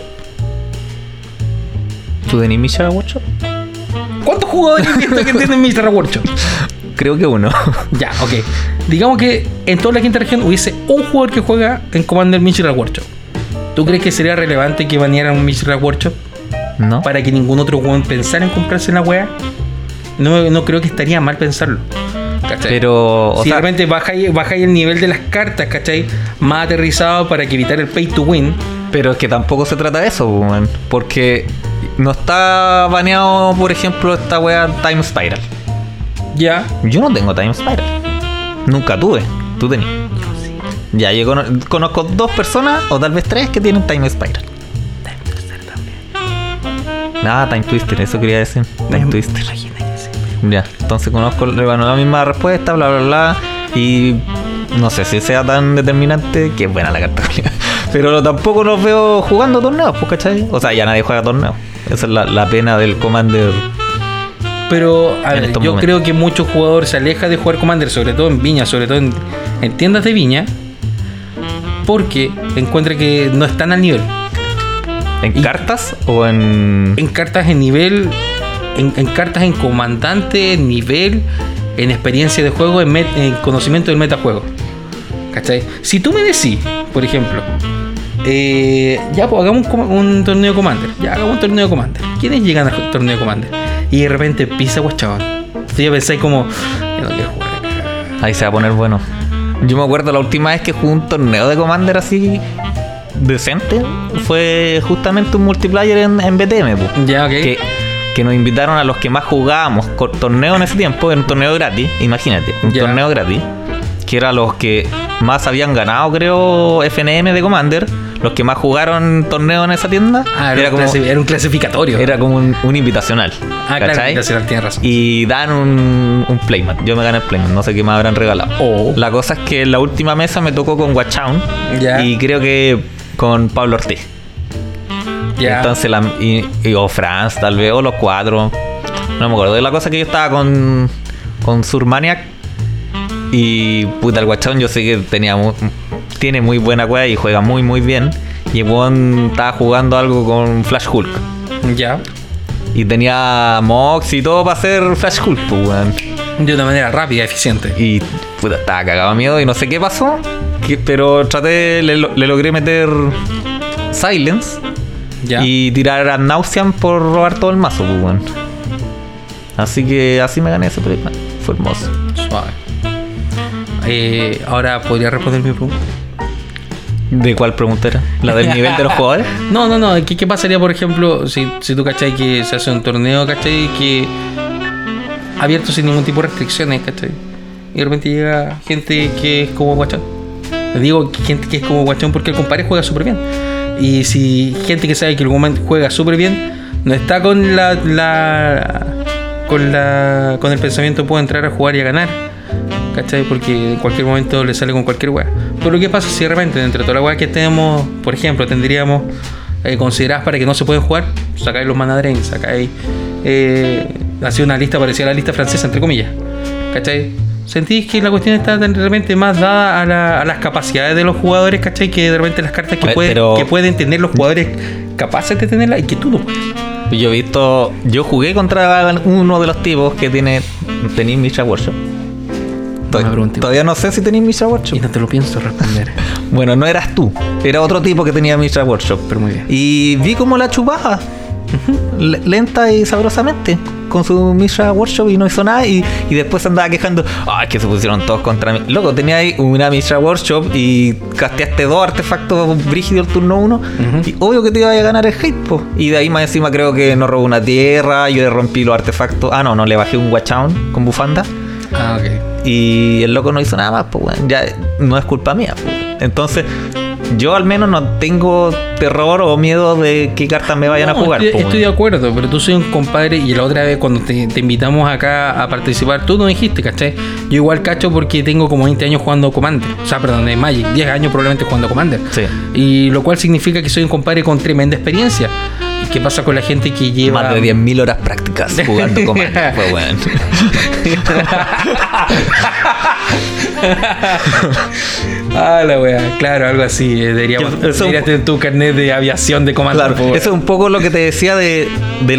¿Tú tenés Michira Workshop? ¿Cuántos jugadores has visto que tienen Michira Workshop? Creo que uno. Ya, ok. Digamos que en toda la quinta región hubiese un jugador que juega en Commander Michira Workshop. ¿Tú crees que sería relevante que banearan un Michira Workshop? No. Para que ningún otro jugador pensara en comprarse la wea. No creo que estaría mal pensarlo. ¿Cachai? Pero si realmente bajáis el nivel de las cartas, ¿cachai? Más aterrizado para que evitar el pay to win. Pero es que tampoco se trata de eso, man, porque no está baneado, por ejemplo, esta wea Time Spiral. Ya. Yo no tengo Time Spiral. Nunca tuve. Tú tenías. Yo sí. Ya, yo conozco 2 personas, o tal vez 3, que tienen Time Spiral. Time Twister también. Nada, Time Twister, eso quería decir. Time Twister. Ya, entonces conozco la misma respuesta, bla, bla, bla. Y no sé si sea tan determinante, que es buena la carta. Pero tampoco los veo jugando torneos, pues, ¿cachai? O sea, ya nadie juega torneos. Esa es la pena del Commander. Pero, a ver, yo creo que muchos jugadores se alejan de jugar Commander, sobre todo en Viña, sobre todo en tiendas de Viña, porque encuentran que no están al nivel. ¿En cartas o en...? En cartas en nivel... En cartas en comandante, en nivel, en experiencia de juego, en conocimiento del metajuego. ¿Cachai? Si tú me decís, por ejemplo, ya pues hagamos un torneo de Commander. Ya hagamos un torneo de Commander. ¿Quiénes llegan al torneo de Commander? Y de repente pisa chabón. Tú ya pensáis como, yo no quiero jugar acá. Ahí se va a poner bueno. Yo me acuerdo la última vez que jugué un torneo de Commander así decente. Fue justamente un multiplayer en BTM, pues. Ya, ok. Que nos invitaron a los que más jugábamos torneo en ese tiempo, era un torneo gratis, imagínate, un torneo gratis. que eran los que más habían ganado, creo, FNM de Commander, los que más jugaron torneos en esa tienda. Era un clasificatorio. Era como un invitacional. Claro, invitacional, tienes razón. Y dan un playmat. Yo me gané el playmat, no sé qué me habrán regalado. La cosa es que en la última mesa me tocó con Watchown. Y creo que con Pablo Ortiz. Entonces, o Franz, tal vez, o los 4. No me acuerdo. La cosa es que yo estaba con Surmaniac. Y puta, el Watchown yo sé que tiene muy buena cueva y juega muy muy bien. Y el weón estaba jugando algo con Flash Hulk. Y tenía Mox y todo para hacer Flash Hulk, pues, weón. De una manera rápida, eficiente. Y puta, estaba cagado de miedo y no sé qué pasó. Pero le logré meter Silence. Y tirar a Nauseam por robar todo el mazo, pues, weón. Así que así me gané ese premio. Fue hermoso. Suave. Ahora, ¿podría responder mi pregunta? ¿De cuál pregunta era? ¿La del nivel de los jugadores? No. ¿Qué pasaría, por ejemplo, si tú cachai que se hace un torneo, cachai, que abierto sin ningún tipo de restricciones, cachai? Y de repente llega gente que es como Guachón. Le digo gente que es como Guachón porque el compadre juega súper bien. Y si gente que sabe que el momento juega súper bien, no está con con el pensamiento puedo entrar a jugar y a ganar, ¿cachai? Porque en cualquier momento le sale con cualquier weá. Pero ¿qué pasa si de repente entre todas las weas que tenemos, por ejemplo, tendríamos consideradas para que no se pueden jugar? Sacáis los mana drain, sacáis así una lista parecida a la lista francesa, entre comillas, ¿cachai? ¿Sentís que la cuestión está de repente más dada a las capacidades de los jugadores, ¿cachai? Que de repente las cartas que pueden tener los jugadores capaces de tenerlas y que tú no puedes. Yo jugué contra uno de los tipos que tenía Mishra Workshop. Todavía no sé si tenía Mishra Workshop. Y no te lo pienso responder. Bueno, no eras tú, era otro tipo que tenía Mishra Workshop. Pero muy bien. Y vi cómo la chupaba lenta y sabrosamente con su Mishra Workshop y no hizo nada. Y después andaba quejando: es que se pusieron todos contra mí. Loco, tenía ahí una Mishra Workshop y casteaste 2 artefactos brígidos el turno 1. Y obvio que te iba a ganar el hate, po. Y de ahí más encima creo que no robó una tierra. Yo le rompí los artefactos. No, le bajé un Watchown con bufanda. Ok. Y el loco no hizo nada más, pues bueno, ya no es culpa mía, pues. Entonces yo al menos no tengo terror o miedo de qué cartas me vayan a jugar. Estoy de acuerdo, pero tú soy un compadre y la otra vez cuando te invitamos acá a participar, tú no dijiste, ¿cachai? Yo igual cacho porque tengo como 20 años jugando Commander. O sea, perdón, de Magic, 10 años probablemente jugando Commander. Sí. Y lo cual significa que soy un compadre con tremenda experiencia. ¿Y qué pasa con la gente que lleva más de 10.000 horas prácticas jugando Commander? Pues bueno. La wea, claro, algo así. Deberías tener tu carnet de aviación de Commander. Claro, eso es un poco lo que te decía de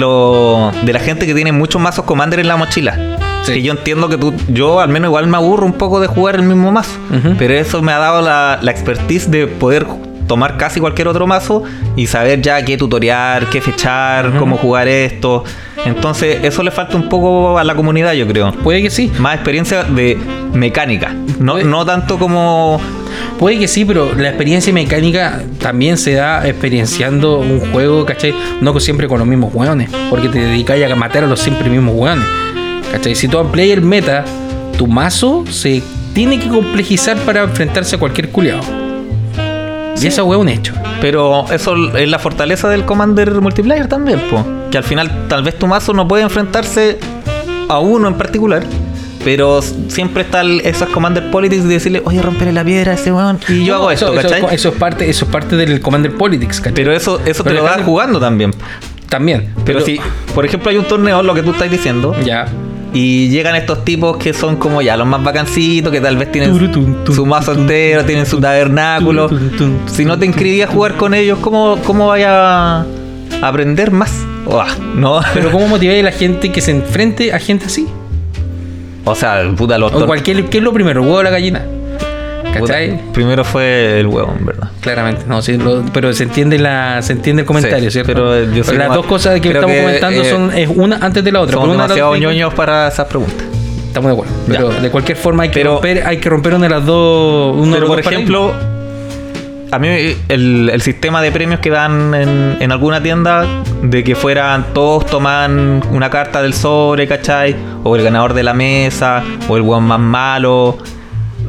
la gente que tiene muchos mazos Commander en la mochila. Sí. Que yo entiendo que yo al menos igual me aburro un poco de jugar el mismo mazo. Pero eso me ha dado la expertise de poder tomar casi cualquier otro mazo y saber ya qué tutorial, qué fechar, cómo jugar esto. Entonces eso le falta un poco a la comunidad, yo creo. Puede que sí. Más experiencia de mecánica, no tanto como... Puede que sí, pero la experiencia mecánica también se da experienciando un juego, ¿cachai? No siempre con los mismos hueones, porque te dedicas a matar a los siempre mismos hueones, ¿cachai? Si tú amplias el meta, tu mazo se tiene que complejizar para enfrentarse a cualquier culiao. Sí. Y eso es un hecho. Pero eso es la fortaleza del Commander multiplayer también, po. Que al final tal vez tu mazo no puede enfrentarse a uno en particular, pero siempre está esas Commander Politics de decirle: oye, romperle la piedra a ese weón y yo hago esto, ¿cachai? Eso es parte del Commander Politics, ¿cachai? Pero eso te lo das jugando también. También. Pero si, por ejemplo, hay un torneo, lo que tú estás diciendo, ya, y llegan estos tipos que son como ya los más bacancitos, que tal vez tienen su mazo entero, tienen su tabernáculo. Si no te inscribías a jugar con ellos, ¿cómo vaya a aprender más? No. Pero ¿cómo motiváis a la gente que se enfrente a gente así? O sea, puta, ¿qué es lo primero? ¿El huevo o la gallina? ¿Cachai? Puta, primero fue el huevo, en verdad. Claramente, no, sí, pero se entiende el comentario, sí, ¿cierto? Pero las dos cosas que estamos comentando es una antes de la otra. Somos demasiado ñoños para esas preguntas. Estamos de acuerdo. Pero de cualquier forma hay que romper una de las dos. Pero por ejemplo, a mí el sistema de premios que dan en alguna tienda, de que fueran todos toman una carta del sobre, ¿cachai? O el ganador de la mesa, o el hueón más malo.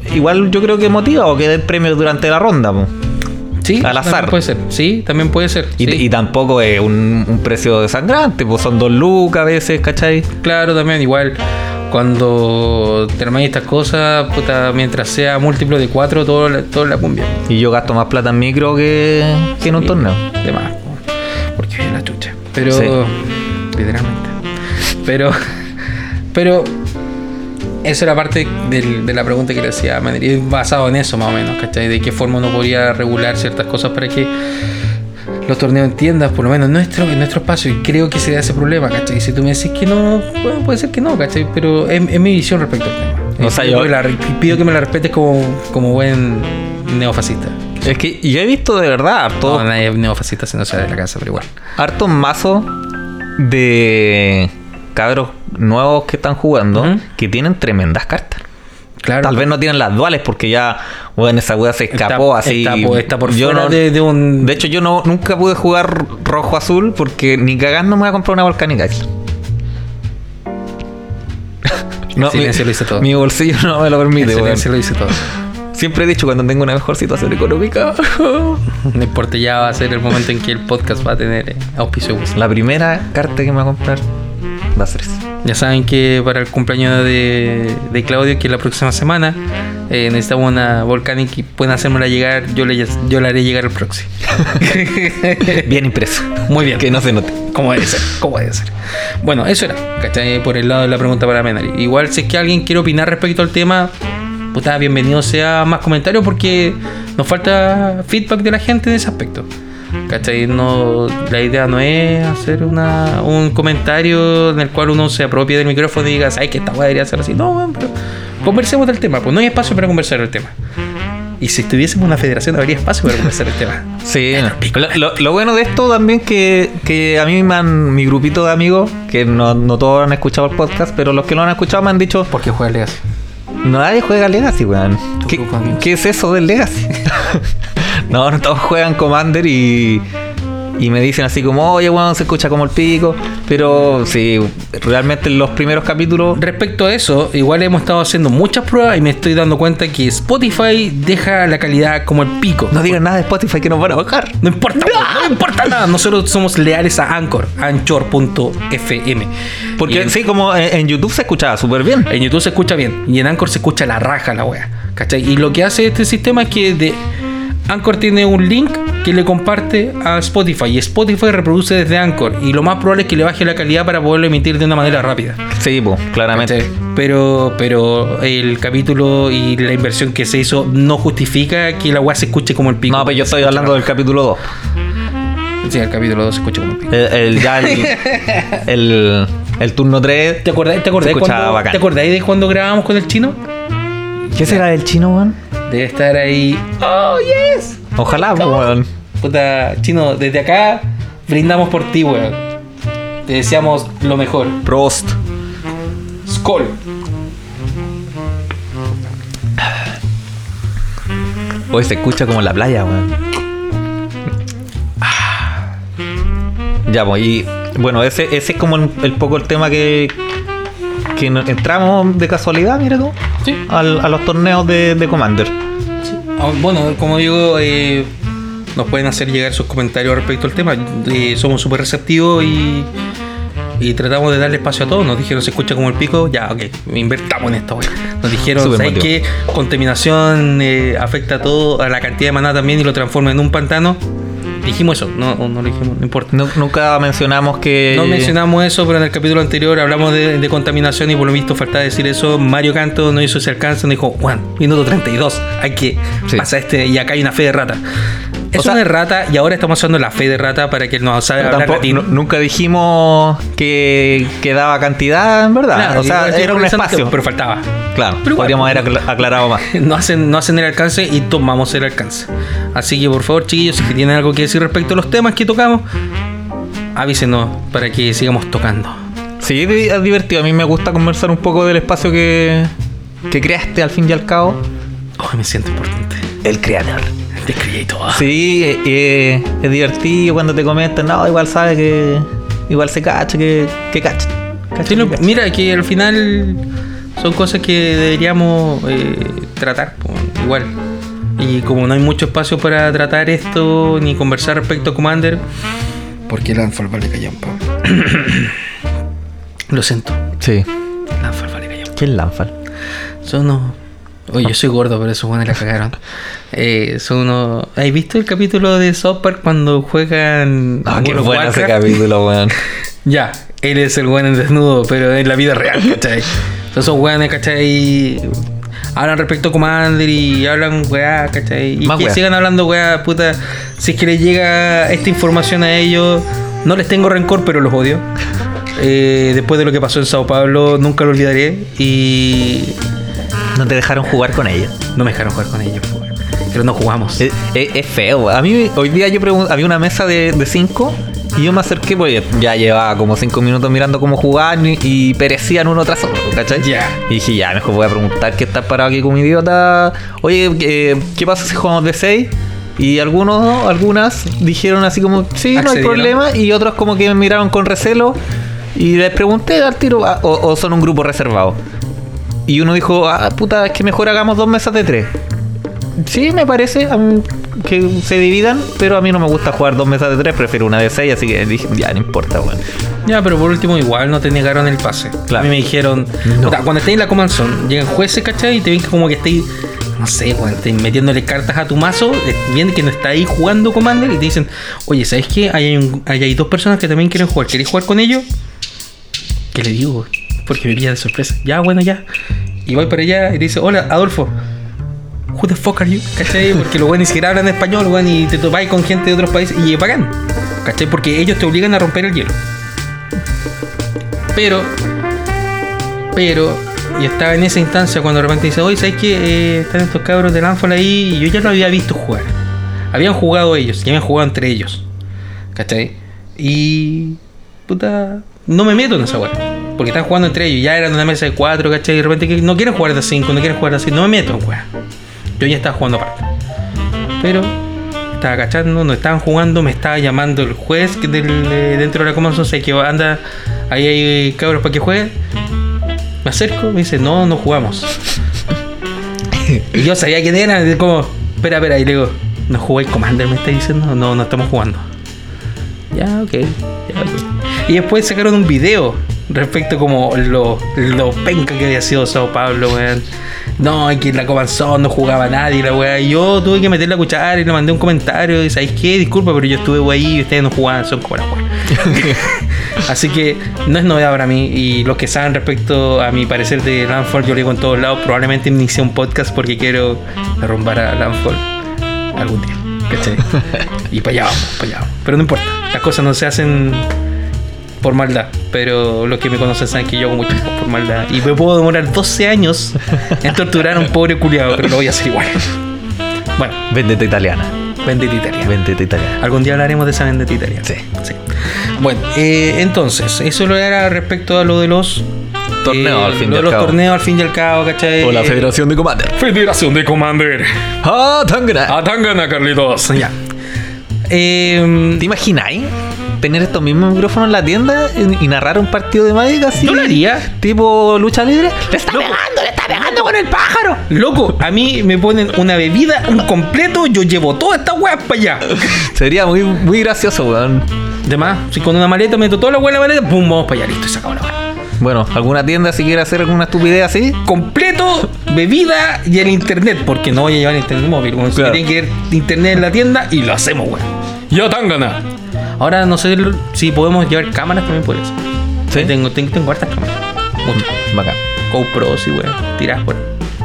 igual yo creo que motiva o que den premios durante la ronda, po. Sí, al azar. Puede ser. Sí, también puede ser. Y, Sí. y tampoco es un precio desangrante, pues son 2 lucas a veces, ¿cachai? Claro, también igual cuando te armáis estas cosas, puta, mientras sea múltiplo de 4, todo la cumbia. Y yo gasto más plata en micro que en un torneo. De más, porque es la chucha. Pero, Sí. literalmente. Pero eso era parte de la pregunta que le hacía Maneri, y basado en eso más o menos, ¿cachai? De qué forma uno podría regular ciertas cosas para que los torneos entiendan, por lo menos en nuestro espacio, y creo que se da ese problema, ¿cachai? Si tú me decís que no, bueno, puede ser que no, ¿cachai? Pero es mi visión respecto al tema. O sea, pido que me la respetes como buen neofascista. Es que yo he visto de verdad No, nadie es neofascista si no sale de la casa, pero igual. hartos mazos de cabros nuevos que están jugando Ujú. que tienen tremendas cartas. Claro. Tal vez no tienen las duales porque ya, bueno, esa weá se escapó así. Está por Yo fuera no- de un... De hecho, yo nunca pude jugar rojo-azul porque ni cagando me voy a comprar una Volcanic Island. El silencio lo dice todo. Mi bolsillo no me lo permite, El weón. silencio lo dice todo. Siempre he dicho cuando tengo una mejor situación económica. No importa, ya va a ser el momento en que el podcast va a tener auspicio. La primera carta que me voy a comprar va a ser esa. Ya saben que para el cumpleaños de Claudio, que es la próxima semana, necesitamos una Volcanic y pueden hacérmela llegar. Yo la haré llegar el próximo. Bien impreso. Muy bien. Que no se note. ¿Cómo debe ser? Bueno, eso era, ¿cachai? Por el lado de la pregunta para Menari. Igual si es que alguien quiere opinar respecto al tema, puta, bienvenido sea más comentarios porque nos falta feedback de la gente en ese aspecto. ¿Cachai? No, la idea no es hacer un comentario en el cual uno se apropie del micrófono y diga, ay, que esta weá debería ser así. No, weón, pero conversemos del tema, pues no hay espacio para conversar el tema. Y si estuviésemos en una federación habría espacio para conversar el tema. Sí, lo bueno de esto también que a mí mi grupito de amigos, que no todos han escuchado el podcast, pero los que lo han escuchado me han dicho, ¿Por qué juega Legacy? nadie juega Legacy, weón. Tu grupo de amigos. ¿Qué es eso del Legacy? no todos juegan Commander y me dicen así como, oye, weón, se escucha como el pico. Pero sí, realmente en los primeros capítulos... Respecto a eso, igual hemos estado haciendo muchas pruebas y me estoy dando cuenta que Spotify deja la calidad como el pico. No digan nada de Spotify que nos van a bajar. No importa, no importa nada. Nosotros somos leales a Anchor.fm. Porque Y sí, como en YouTube se escuchaba súper bien. en YouTube se escucha bien y en Anchor se escucha la raja la wea, ¿cachai? Y lo que hace este sistema es que Anchor tiene un link que le comparte a Spotify y Spotify reproduce desde Anchor y lo más probable es que le baje la calidad para poderlo emitir de una manera rápida. Sí, pues, claramente. ¿Cachai? Pero el capítulo y la inversión que se hizo no justifica que la weá se escuche como el pico. No, pero yo estoy hablando del capítulo 2. Sí, el capítulo 2 se escucha como el pico. El turno 3. ¿Te acordás bacán. ¿Te acordáis de cuando grabamos con el chino? ¿Qué será del chino, weón? Debe estar ahí. ¡Oh, yes! Ojalá, pues, weón. Puta, chino, desde acá brindamos por ti, weón. Te deseamos lo mejor. Prost. Skol. Hoy se escucha como en la playa, weón. Ya, pues, y bueno, ese es como el poco el tema que entramos de casualidad, mira tú, Sí. a los torneos de Commander. Bueno, como digo, nos pueden hacer llegar sus comentarios respecto al tema. Somos súper receptivos y tratamos de darle espacio a todos. Nos dijeron se escucha como el pico, ya, ok, invertamos en esto, güey. Nos dijeron, Súper ¿sabes motivado. qué? Contaminación afecta a todo, a la cantidad de maná también y lo transforma en un pantano. Dijimos eso, no lo dijimos, no importa. Nunca mencionamos que... No mencionamos eso, pero en el capítulo anterior hablamos de contaminación y por lo visto faltaba decir eso. Mario Canto no hizo ese alcance, nos dijo, Juan, minuto 32, hay que Sí. pasar y acá hay una fe de rata. Eso sea, no es rata y ahora estamos usando la fe de rata para que él nos sabe hablar Tampoco- latino. nunca dijimos que daba cantidad, en verdad. Claro, o sea, igual estoy era un revisando, espacio. pero faltaba. Claro, pero igual, podríamos haber aclarado más. No hacen el alcance y tomamos el alcance. Así que por favor, chiquillos, si tienen algo que decir respecto a los temas que tocamos, avísenos para que sigamos tocando. Sí, es divertido. A mí me gusta conversar un poco del espacio que creaste al fin y al cabo. Oh, me siento importante. El creador. The Creator. Sí, es divertido cuando te comentan, no, igual sabe que... Igual se cacha que cacha. Sí, mira, que al final son cosas que deberíamos tratar, pues, igual. Y como no hay mucho espacio para tratar esto ni conversar respecto a Commander, porque Landfall vale callampa. Lo siento. Sí. Landfall vale callampa. ¿Qué es Landfall? Son unos... Oye, yo soy gordo, pero esos buenos la cagaron. Son unos... ¿Has visto el capítulo de South Park cuando juegan... Ah, qué World of bueno ese Warcraft? capítulo, weón. Ya, él es el weón en desnudo, pero en la vida real, ¿cachai? Entonces esos weones, ¿cachai? Hablan respecto a Commander y hablan weá, ¿cachai? Y Más que weá. sigan hablando weá, puta. Si es que les llega esta información a ellos, no les tengo rencor, pero los odio. Después de lo que pasó en Sao Paulo, nunca lo olvidaré. Y No te dejaron jugar con ella. no me dejaron jugar con ellos, weón. Pero no jugamos. Es feo, weón. A mí hoy día había una mesa de 5 y yo me acerqué porque ya llevaba como 5 minutos mirando cómo jugaban y perecían uno tras otro, ¿cachai? Ya. Y dije, ya, mejor voy a preguntar qué estás parado aquí como idiota. Oye, ¿qué pasa si jugamos de 6? Y algunas dijeron así como, sí, no hay Accedieron. problema. Y otros como que me miraron con recelo. Y les pregunté al tiro, o son un grupo reservado. Y uno dijo, puta, es que mejor hagamos 2 mesas de 3. Sí, me parece a mí que se dividan, pero a mí no me gusta jugar 2 mesas de 3, prefiero una de 6, así que dije, ya, no importa, weón. Ya, pero por último igual no te negaron el pase. Claro. A mí me dijeron, No. puta, cuando estés en la Command Zone, llegan jueces, ¿cachai? Y te ven que como que estáis, no sé, weón, estáis metiéndole cartas a tu mazo, vienen que no está ahí jugando Commander y te dicen, oye, ¿sabes qué? Hay 2 personas que también quieren jugar, ¿queréis jugar con ellos? ¿Qué le digo? Porque me pilla de sorpresa. Ya, bueno, ya. Y voy para allá y te dice, hola, Adolfo. Who the fuck are you? ¿Cachai? Porque los weones ni siquiera hablan español, weón, y te topáis con gente de otros países y es bacán. ¿Cachai? Porque ellos te obligan a romper el hielo. Pero, y estaba en esa instancia cuando de repente dice, oye, ¿sabes qué? Están estos cabros de Landfall ahí y yo ya lo había visto jugar. Habían jugado ellos, y habían jugado entre ellos. ¿Cachai? Y... puta... no me meto en esa weá. Porque están jugando entre ellos. Ya eran una mesa de 4, ¿cachai? Y de repente que no quieren jugar de 5, no quieren jugar de así. No me meto en weá. Yo ya estaba jugando aparte. Pero estaba cachando, no estaban jugando, me estaba llamando el juez dentro de la Command Zone, sé que anda, ahí hay cabros para que jueguen. Me acerco, me dice, no jugamos. Y yo sabía quién era, como, espera, y le digo, ¿no jugáis Commander? Me está diciendo, no estamos jugando. Ya, ok. Y después sacaron un video respecto como lo penca que había sido Sao Paulo, weón. No, aquí en la Command Zone no jugaba nadie, la weá. Y yo tuve que meter la cuchara y le mandé un comentario. Y ¿sabéis qué? Disculpa, pero yo estuve ahí y ustedes no jugaban, son como la weá. Así que no es novedad para mí. Y los que saben respecto a mi parecer de Landfall, yo lo digo en todos lados. Probablemente inicié un podcast porque quiero derrumbar a Landfall algún día, ¿cachai? Y para allá vamos. Pero no importa, las cosas no se hacen por maldad, pero los que me conocen saben que yo hago mucho por maldad y me puedo demorar 12 años en torturar a un pobre culiado, pero lo voy a hacer igual. Bueno, Vendetta italiana. vendetta italiana. Vendetta italiana. Algún día hablaremos de esa vendetta italiana. Sí. Bueno, entonces, eso lo era respecto a lo de los Torneos, al fin y al los cabo. torneos al fin y al cabo, ¿cachai? O la Federación de Commander. Federación de Commander. ¡Ah, Tangana! Atangana, Carlitos. Ya. ¿Te imagináis tener estos mismos micrófonos en la tienda y narrar un partido de Magic así? Yo lo haría. Tipo lucha libre. ¡Le está pegando con el pájaro! Loco, a mí me ponen una bebida, un completo, yo llevo todas estas weas para allá. Sería muy, muy gracioso, weón. Además, si con una maleta meto toda la wea en la maleta, pum, vamos para allá, listo, y se acabó la wea. Bueno, alguna tienda si quiere hacer alguna estupidez así. Completo, bebida y el internet, porque no voy a llevar internet móvil, weón. Claro. Si tienen que ir internet en la tienda y lo hacemos, weón. Ya Tangana. Ahora no sé si podemos llevar cámaras también por eso. ¿Sí? Tengo hartas cámaras. Muchas. Bacán. GoPros y weón. Tiradas por.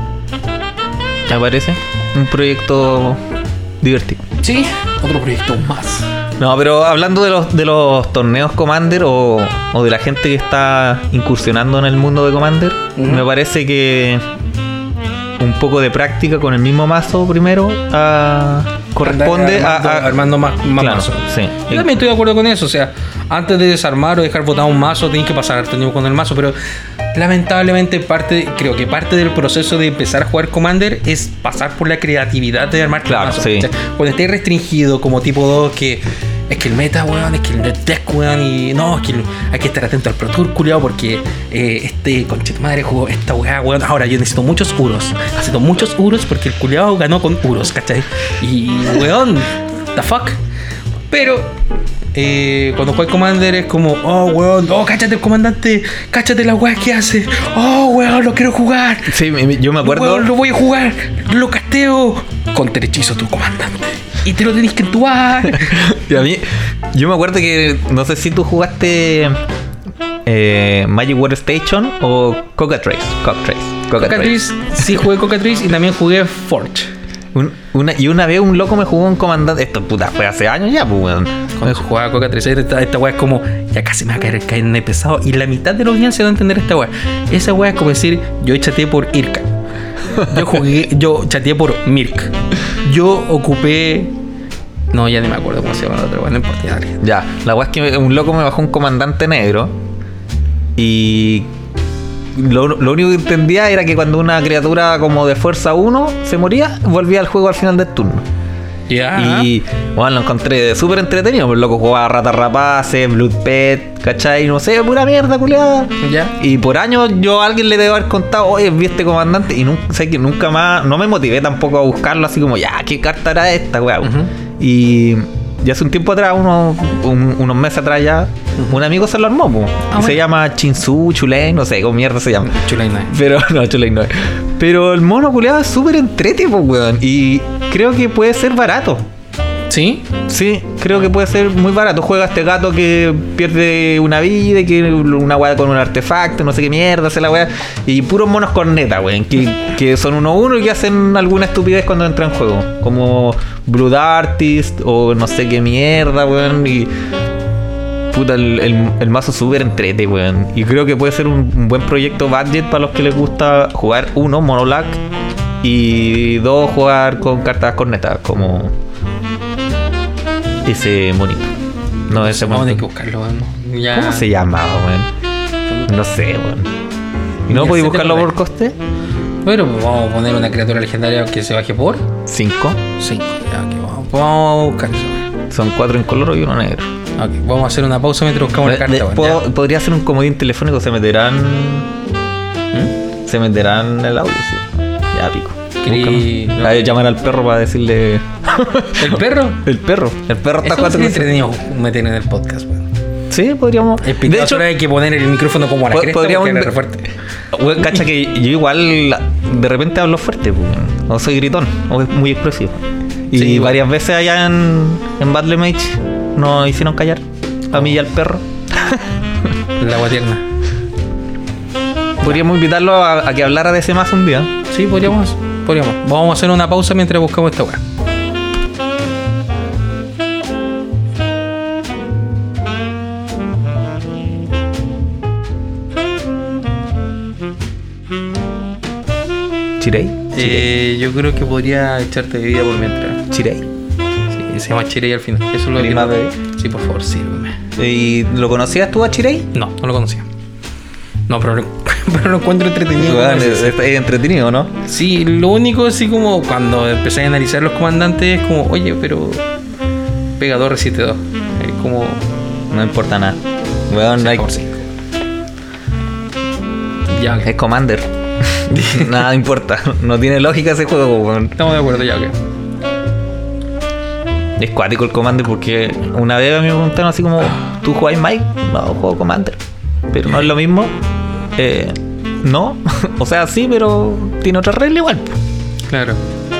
¿Te parece? Un proyecto divertido. Sí, otro proyecto más. No, pero hablando de los torneos Commander o de la gente que está incursionando en el mundo de Commander, me parece que un poco de práctica con el mismo mazo primero corresponde armando más claro, mazos. sí. Yo también estoy de acuerdo con eso. O sea, antes de desarmar o dejar botado un mazo, tienes que pasar harto tiempo con el mazo. Pero lamentablemente creo que parte del proceso de empezar a jugar Commander es pasar por la creatividad de armar tu Claro, mazo. sí. O sea, cuando estés restringido como tipo 2 que es que el meta, weón, es que el deck, weón, y no, es que hay que estar atento al Pro Tour, culiao, porque este conchetumadre jugó esta weá, weón. Ahora yo necesito muchos uros porque el culiao ganó con uros, ¿cachai? Y weón, the fuck. Pero cuando juega Commander es como, oh weón, oh cáchate el comandante, cáchate las weas que hace, oh weón, lo quiero jugar. Sí, yo me acuerdo. Weón, lo voy a jugar, lo casteo con hechizo tu comandante. Y te lo tenés que entubar. Y a mí, yo me acuerdo que, no sé si tú jugaste Magic War Station o Cockatrice. Cockatrice, sí jugué Cockatrice y también jugué Forge. Una vez un loco me jugó un comandante. Esto puta fue hace años ya, pues weón. Cuando jugaba Cockatrice, esta weá es como, ya casi me va a caer en el pesado. Y la mitad de la audiencia va a entender esta weá. Esa weá es como decir, yo chateé por Irka. Yo chateé por Mirk. Yo ocupé. No, ya ni me acuerdo cómo se llama la otra weá, no importa. Ya, la weá es que un loco me bajó un comandante negro. Y lo único que entendía era que cuando una criatura como de fuerza 1 se moría, volvía al juego al final del turno. Ya. Y bueno, lo encontré súper entretenido. Pues loco jugaba Ratas Rapaces, Blood Pet, ¿cachai? No sé, pura mierda, culiada. Ya. Y por años yo a alguien le debo haber contado, oye, vi este comandante. Y sé que nunca más, no me motivé tampoco a buscarlo, así como, ya, ¿qué carta era esta, weá? Y hace un tiempo atrás, unos meses atrás ya, un amigo se lo armó, po. Se llama Chinsu, Chulei, no sé cómo mierda se llama. Chulei no es. Pero no, Chulei no es. Pero el mono culiado es súper entrete, po, weón. Y creo que puede ser barato. ¿Sí? Sí, creo que puede ser muy barato. Juega este gato que pierde una vida y que una weá con un artefacto, no sé qué mierda hace la weá. Y puros monos corneta, weón. Que son 1-1 y que hacen alguna estupidez cuando entran en juego. Como Blood Artist o no sé qué mierda, weón. Y puta, el mazo súper entrete, weón. Y creo que puede ser un buen proyecto budget para los que les gusta jugar, 1, mono black. Y 2, jugar con cartas cornetas, como ese monito. No, ese monito. Hay que buscarlo, weón. Ya. ¿Cómo se llamaba, weón? No sé, weón. ¿Y no podéis buscarlo por coste? Bueno, pues vamos a poner una criatura legendaria que se baje por 5. 5. Ya, que vamos a buscar eso, weón. Son 4 incoloro y 1 negro. Ok, vamos a hacer una pausa mientras buscamos la carta, weón. Podría ser un comodín telefónico, se meterán. Se meterán en el audio, sí. Ya, pico. No. A ver, llamar al perro para decirle. ¿El perro? El perro está 4 veces. Entretenido meter en el podcast, weón. Sí, podríamos. De hecho, hay que poner el micrófono como a la cresta podríamos porque es fuerte. Weón, cacha que yo igual de repente hablo fuerte, pues. O soy gritón, o es muy explosivo. Y sí, varias veces allá en Battle Mage nos hicieron callar. A mí y al perro. La agua tierna. Podríamos invitarlo a que hablara de ese mazo un día. Sí, podríamos. Vamos a hacer una pausa mientras buscamos esta weá. ¿Chirei? Yo creo que podría echarte bebida por mientras. ¿Chirei? Sí, se llama Chirei al final. Eso es lo que más bebé? Sí, por favor, sírveme. ¿Y lo conocías tú a Chirei? No lo conocía. No, pero lo encuentro entretenido. Bueno, es entretenido, ¿no? Sí, lo único así como cuando empecé a analizar los comandantes es como, oye, pero pega 2, resiste 2. Es como... No importa nada. Bueno, no hay... Ya, okay. Es Commander. Nada importa. No tiene lógica ese juego, weón. Estamos de acuerdo, ya, ok. Es cuático el Commander porque una vez a mí me preguntaron así como, ¿tú jugás Mike? No, juego Commander. Pero no es lo mismo. No. O sea, sí, pero tiene otra regla igual. Claro.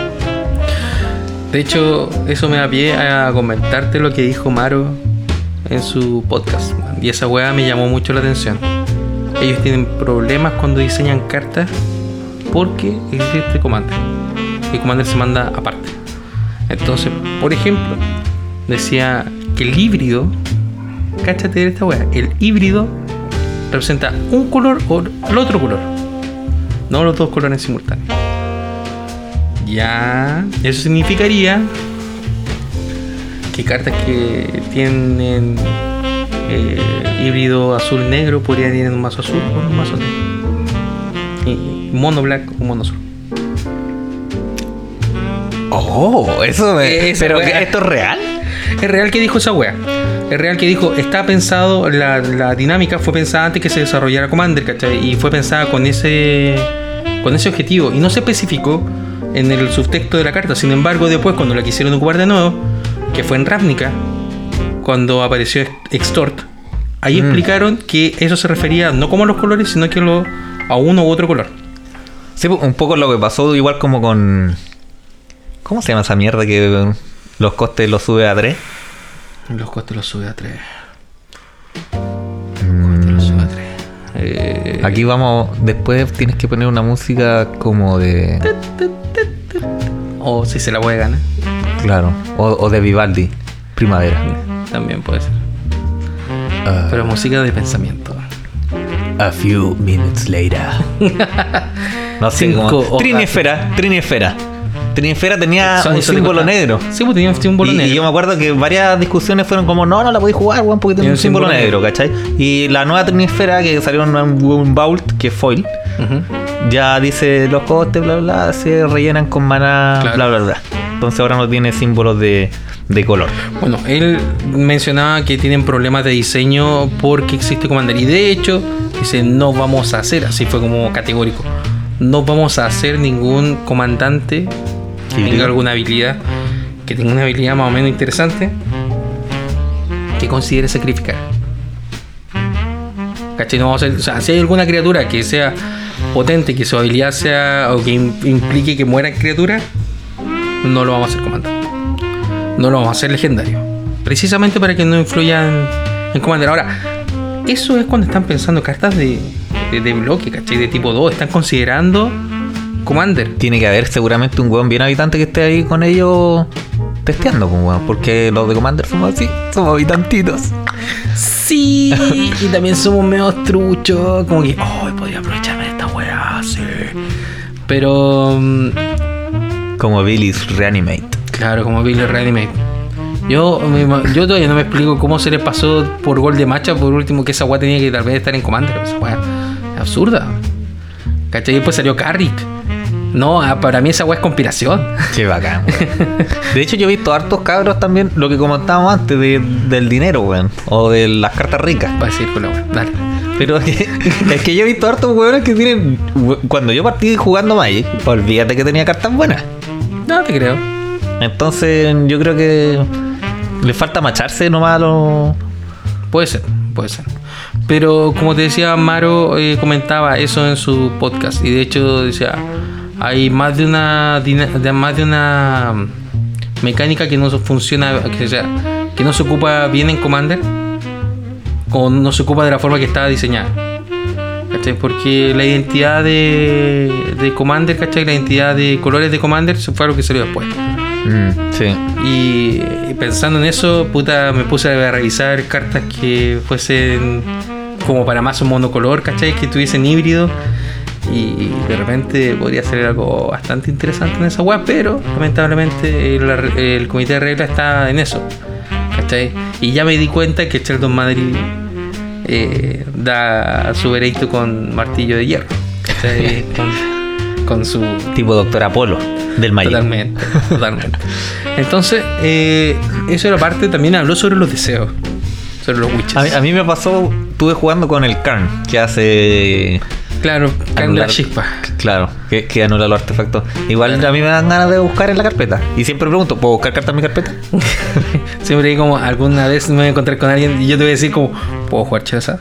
De hecho, eso me da pie a comentarte lo que dijo Maro en su podcast. Y esa weá me llamó mucho la atención. Ellos tienen problemas cuando diseñan cartas porque existe Commander. Y Commander se manda aparte. Entonces, por ejemplo, decía que el híbrido, cáchate de esta weá, el híbrido representa un color o el otro color, no los dos colores simultáneos. Ya, eso significaría que cartas que tienen híbrido azul-negro podrían ir en un mazo azul o en un mazo negro. Y mono black o mono azul. Oh, eso me... Pero ¿esto es real? Es real que dijo esa wea. Es real que dijo, está pensado, la dinámica fue pensada antes que se desarrollara Commander, ¿cachai? Y fue pensada con ese objetivo. Y no se especificó en el subtexto de la carta. Sin embargo, después, cuando la quisieron ocupar de nuevo, que fue en Ravnica, cuando apareció Extort, ahí explicaron que eso se refería no como a los colores, sino que a uno u otro color. Sí, un poco lo que pasó igual como con... ¿Cómo se llama esa mierda que los costes los sube a 3? Los costes los sube a 3. Aquí vamos... Después tienes que poner una música como de... O si se la puede ganar. Claro. O de Vivaldi. Primavera. También puede ser. Pero música de pensamiento. A few minutes later. No sé cómo. Trinesfera. Trinesfera tenía un símbolo negro. Sí, pues tenía un símbolo negro. Y yo me acuerdo que varias discusiones fueron como, no la podéis jugar, weón, porque tenía un símbolo negro, ¿cachai? Y la nueva Trinesfera que salió en un Vault, que es foil, ya dice los costes, bla, bla, se rellenan con maná, claro, bla, bla, bla. Entonces ahora no tiene símbolos de color. Bueno, él mencionaba que tienen problemas de diseño porque existe Commander. Y de hecho, dice, no vamos a hacer, así fue como categórico, no vamos a hacer ningún comandante que tenga alguna habilidad, que tenga una habilidad más o menos interesante, que considere sacrificar. ¿Cachai? No vamos a hacer, o sea, si hay alguna criatura que sea potente, que su habilidad sea, o que implique que mueran criaturas, no lo vamos a hacer comandante. No lo vamos a hacer legendario. Precisamente para que no influyan en Commander. Ahora, eso es cuando están pensando cartas de bloque, ¿cachai? De tipo 2. Están considerando Commander. Tiene que haber seguramente un weón bien habitante que esté ahí con ellos testeando, pues, weón. Porque los de Commander somos así, somos habitantitos. Sí, y también somos medio truchos. Como que, podría aprovecharme de esta weá, sí. Pero... como Billy's Reanimate. Claro, como Billy Reanimate. Yo todavía no me explico cómo se le pasó por gol de macha por último que esa weá tenía que tal vez estar en Commander. Esa weá es absurda. ¿Cachai? Y después salió Carrick. No, para mí esa weá es conspiración. Qué bacán, weón. De hecho, yo he visto hartos cabros también, lo que comentábamos antes del dinero, weón. O de las cartas ricas. Va a decir con la weá, dale. Pero es que yo he visto hartos weones que tienen... Cuando yo partí jugando Magic, olvídate que tenía cartas buenas. No te creo. Entonces yo creo que le falta macharse nomás a los... Puede ser. Pero como te decía, Maro comentaba eso en su podcast. Y de hecho decía, hay más de una mecánica que no funciona, que no se ocupa bien en Commander, o no se ocupa de la forma que estaba diseñada. ¿Cachai? Porque la identidad de Commander, ¿cachai? La identidad de colores de Commander fue algo que salió después. Sí. Y pensando en eso, me puse a revisar cartas que fuesen como para más un monocolor, ¿cachai? Que tuviesen híbrido. Y de repente podría ser algo bastante interesante en esa web, pero lamentablemente el comité de reglas está en eso, ¿cachai? Y ya me di cuenta que Sheldon Madrid da su veredicto con martillo de hierro, ¿cachai? con su tipo Doctor Apolo del Magic. Totalmente. Entonces, eso era parte. También habló sobre los deseos, sobre los witches. A mí me pasó, estuve jugando con el Karn, que hace... Claro, Karn la chispa. Claro, que anula los artefactos. Igual a mí me dan ganas de buscar en la carpeta. Y siempre pregunto, ¿puedo buscar cartas en mi carpeta? Siempre hay como, alguna vez me voy a encontrar con alguien y yo te voy a decir como, ¿puedo jugar Charizard?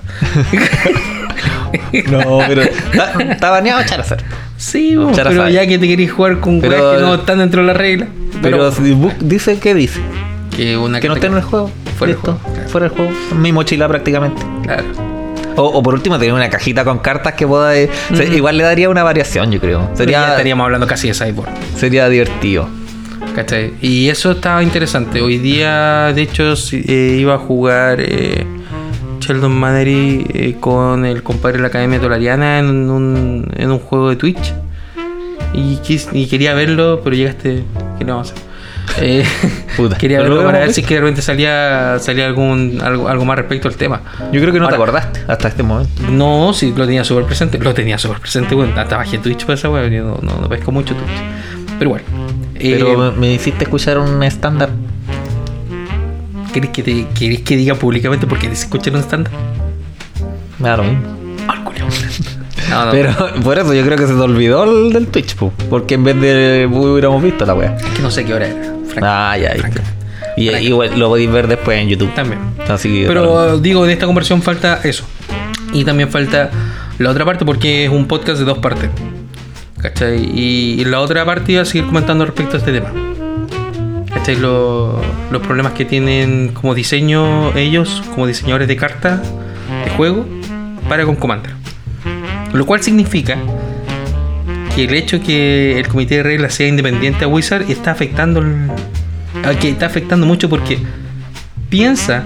No, pero está baneado Charizard. Sí, pero ya que te querés jugar con weas que no están dentro de la regla. Pero dice, ¿qué dice? Que no esté en el juego. Fuera del juego. Mi mochila prácticamente. Claro. O por último tener una cajita con cartas que pueda... O sea, igual le daría una variación, yo creo. Ya estaríamos hablando casi de Cyborg. Sería divertido. ¿Cachai? Y eso estaba interesante. Hoy día, de hecho, iba a jugar Sheldon Manery con el compadre de la Academia Tolariana en un juego de Twitch. Y quería verlo, pero llegaste... ¿Qué le vamos a hacer? Quería verlo para ver si es que de repente salía algo más respecto al tema. Yo creo que no te acordaste hasta este momento. No, sí, lo tenía súper presente. Bueno, hasta bajé Twitch para esa wea. Yo no pesco mucho Twitch. Pero bueno, Pero me hiciste escuchar un estándar. ¿Querés que diga públicamente por qué se escucha un estándar? Me da lo mismo. No, pero por eso yo creo que se te olvidó el del Twitch, porque en vez de hubiéramos visto la wea. Es que no sé qué hora era. Ya. Y igual lo podéis ver después en YouTube. También. Así que, pero digo, en esta conversión falta eso. Y también falta la otra parte porque es un podcast de 2 partes. ¿Cachai? Y en la otra parte iba a seguir comentando respecto a este tema. ¿Cachai? Los problemas que tienen como diseño ellos, como diseñadores de cartas de juego, para con Commander. Lo cual significa que el hecho que el comité de reglas sea independiente a Wizard está afectando mucho, porque piensa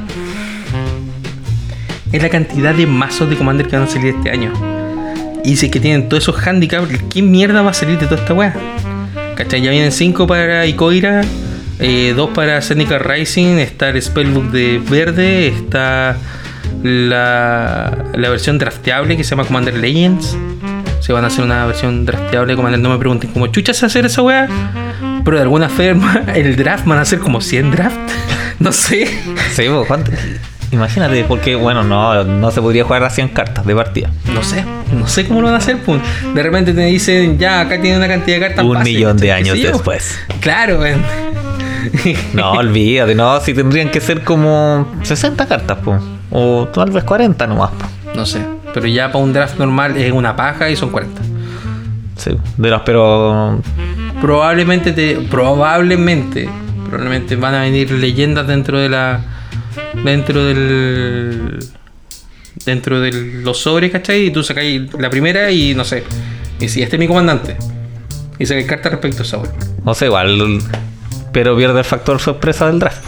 en la cantidad de mazos de Commander que van a salir este año. Y si es que tienen todos esos handicaps, ¿qué mierda va a salir de toda esta weá? ¿Cachai? Ya vienen 5 para Ikoira, 2 para Zendikar Rising, está el Spellbook de verde, está la versión drafteable que se llama Commander Legends. Se van a hacer una versión drafteable de Commander. No me pregunten cómo chuchas hacer esa weá, pero de alguna forma el draft van a ser como 100 draft. No sé. Sí, ¿cuánto? Imagínate, porque bueno, no se podría jugar a 100 cartas de partida. No sé cómo lo van a hacer, pues. De repente te dicen, ya, acá tiene una cantidad de cartas. 1 millón de años después. Claro, weón. No, olvídate, no, si tendrían que ser como 60 cartas, pues. O tal vez 40 nomás, pues. No sé, pero ya para un draft normal es una paja y son 40. Sí, pero probablemente van a venir leyendas dentro de los sobres, ¿cachai? Y tú sacáis la primera y no sé. Y si este es mi comandante. Y sacáis cartas respecto a esa wea. No sé, igual. Pero pierde el factor sorpresa del draft.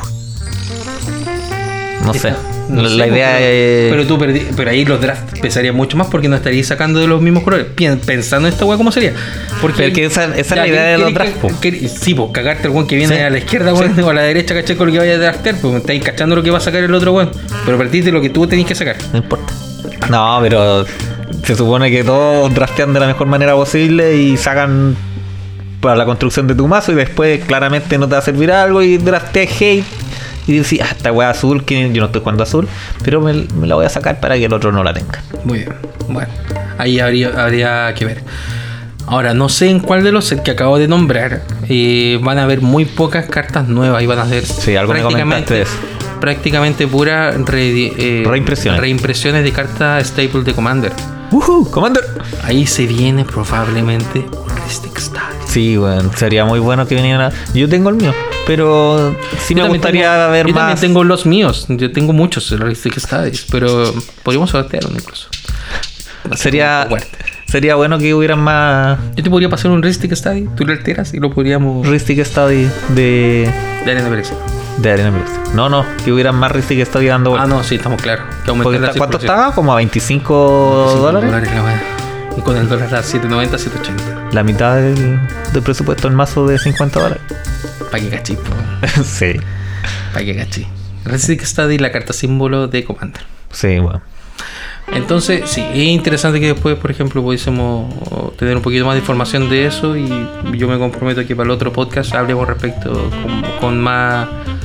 No sé. La idea es. Pero ahí los drafts pesarían mucho más porque no estaríais sacando de los mismos colores. Pensando en esta wea, ¿cómo sería? Porque pero que esa es la idea de los drafts. Sí, pues cagarte el weón que viene a la izquierda, weón, o a la derecha, ¿cachai? Con lo que vaya a draftear, pues estáis cachando lo que va a sacar el otro weón. Pero partiste lo que tú tenés que sacar. No importa. No, pero se supone que todos draftean de la mejor manera posible y sacan para la construcción de tu mazo y después claramente no te va a servir algo y drafteas hate. Y decís, esta wea azul, que yo no estoy jugando azul, pero me la voy a sacar para que el otro no la tenga. Muy bien. Bueno, ahí habría que ver. Ahora, no sé en cuál de los sets que acabo de nombrar van a haber muy pocas cartas nuevas y van a ser prácticamente puras reimpresiones de cartas staple de Commander. Commander. Ahí se viene probablemente un Ristic Study. Sí, bueno, sería muy bueno que viniera. Yo tengo el mío, pero sí me gustaría ver más. Yo también tengo los míos. Yo tengo muchos Ristic Studies, pero podríamos sortear uno incluso. Sería bueno que hubieran más. Yo te podría pasar un Ristic Study, tú lo alteras y lo podríamos. Ristic Study de Arena Pérez. De Arena Pérez. No, que hubieran más Ristic Study dando vueltas. No, sí, estamos claros. ¿Cuánto estaba? ¿Como a $25? La wea. Y con el dólar a 7.90, 7.80. La mitad del presupuesto en mazo de $50. Pa' que cachí, sí. Pa' que cachí. Ristic Study, la carta símbolo de Commander. Sí, bueno. Entonces, sí, es interesante que después, por ejemplo, pudiésemos tener un poquito más de información de eso y yo me comprometo a que para el otro podcast hablemos respecto con más.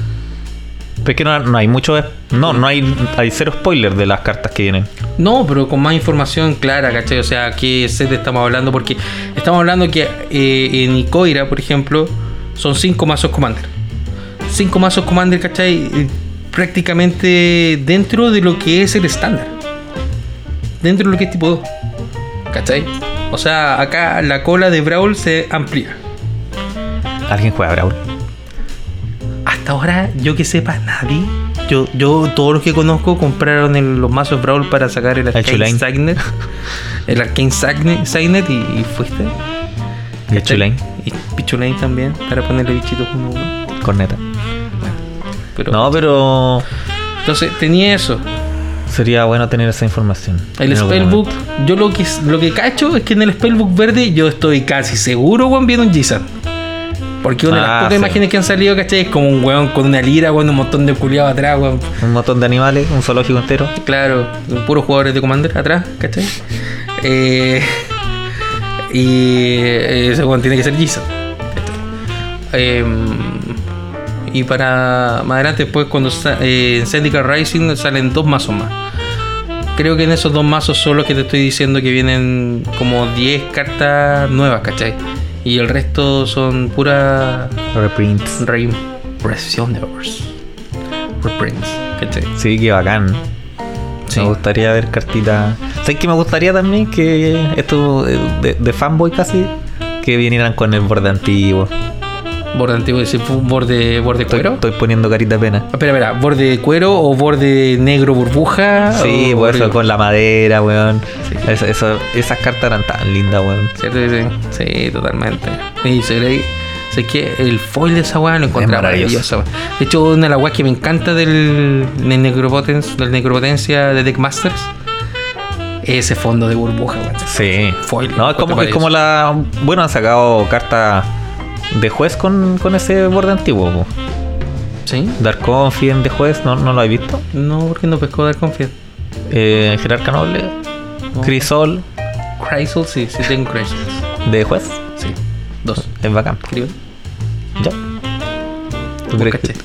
Pero es que no hay mucho. No hay cero spoiler de las cartas que vienen. No, pero con más información clara, ¿cachai? O sea, ¿qué set estamos hablando? Porque estamos hablando que en Ikoira, por ejemplo, son 5 mazos Commander. 5 mazos Commander, ¿cachai? Prácticamente dentro de lo que es el estándar. Dentro de lo que es tipo 2. ¿Cachai? O sea, acá la cola de Brawl se amplía. ¿Alguien juega Brawl? Hasta ahora, yo que sepa, nadie. Yo todos los que conozco compraron los mazos Brawl para sacar el Arcane Signet. El Arcane Signet y fuiste. Y Pichulane. Y Pichulane también, para ponerle bichitos uno a uno. Corneta. Bueno, pero. Entonces, tenía eso. Sería bueno tener esa información. El Spellbook, yo lo que cacho es que en el Spellbook verde yo estoy casi seguro, weón, viene un Gizan. Porque una de las pocas imágenes que han salido, ¿cachai? Es como un weón con una lira, weón, un montón de culiados atrás, weón. Un montón de animales, un zoológico entero. Claro, puros jugadores de Commander atrás, ¿cachai? Y ese weón tiene que ser Gizan. Y para más adelante, después, cuando en Syndicate Rising salen 2 mazos más. Creo que en esos 2 mazos son los que te estoy diciendo que vienen como 10 cartas nuevas, ¿cachai? Y el resto son puras reprints. Reprints, ¿cachai? Sí, qué bacán. Sí. Me gustaría ver cartitas. ¿Sabes qué me gustaría también? Que esto de fanboy casi, que vinieran con el borde antiguo. ¿Borde antiguo? ¿Es borde cuero? Estoy poniendo carita de pena. Espera, ¿borde de cuero o borde negro burbuja? Sí, o pues eso con la madera, weón. Sí. Esas cartas eran tan lindas, weón. ¿Cierto? Sí, totalmente. Y sé que el foil de esa weá lo encontré maravilloso. De hecho, una de las weas que me encanta del Necropotencia de Deckmasters es ese fondo de burbuja, weón. Sí. Foil. No, es como la. Bueno, han sacado cartas de juez con ese borde antiguo, po. ¿Sí? Dark Confident de juez, ¿no lo has visto? No, porque no pescó Dark Confident. Jerarca Noble, No. Crisol Chrysal, sí tengo Chrysal. de juez. Sí. 2. Es bacán. Escribe. Ya. ¿Tú crees que...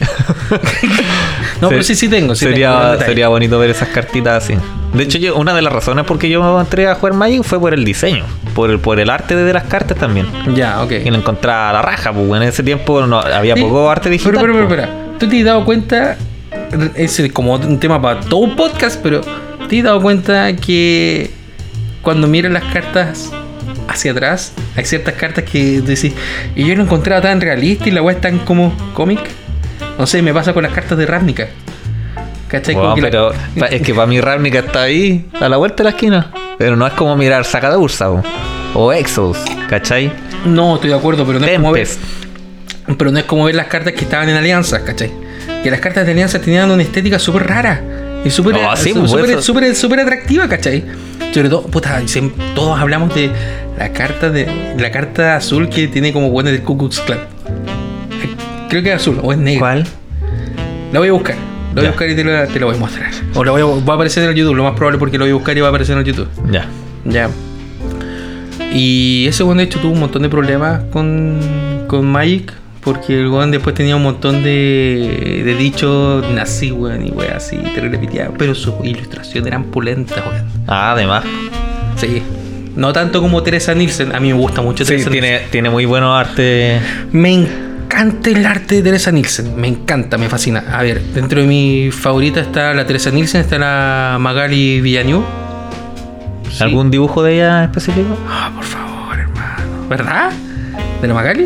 No, pero sí tengo. Sería bonito ver esas cartitas así. De hecho, una de las razones por que yo me entré a jugar Magic fue por el diseño, por el arte de las cartas también. Ya, ok. Y lo encontraba a la raja, pues en ese tiempo no había poco arte digital. Pero, espera. ¿Tú te has dado cuenta? Es como un tema para todo un podcast, pero ¿te has dado cuenta que cuando miras las cartas hacia atrás, hay ciertas cartas que decís, y yo lo encontraba tan realista y la weá es tan como cómic? No sé, me pasa con las cartas de Ravnica. ¿Cachai? Wow, pero es que para mí Ravnica está ahí, a la vuelta de la esquina. Pero no es como mirar Saga de Ursa o Exos, ¿cachai? No, estoy de acuerdo, pero no es como ver. Tempest. Pero no es como ver las cartas que estaban en alianzas, ¿cachai? Que las cartas de alianza tenían una estética súper rara y súper atractiva, ¿cachai? Sobre todo, puta, todos hablamos de la carta azul que tiene como buena del Ku Klux Klan. Creo que es azul o es negra. ¿Cuál? La voy a buscar. La voy a buscar y te lo voy a mostrar. O va a aparecer en el YouTube, lo más probable, porque lo voy a buscar y va a aparecer en el YouTube. Ya. Y ese weón de hecho tuvo un montón de problemas con Magic, porque el weón después tenía un montón de dichos nazi, weón, y weón así, te repetía. Pero sus ilustraciones eran pulentas, weón. Ah, además. Sí. No tanto como Teresa Nielsen. A mí me gusta mucho Teresa Nielsen. Tiene muy buenos arte. Me encanta el arte de Teresa Nielsen. Me encanta, me fascina. A ver, dentro de mi favorita está la Teresa Nielsen, está la Magali Villanueva. Sí. ¿Algún dibujo de ella específico? Ah, por favor, hermano. ¿Verdad? ¿De la Magali?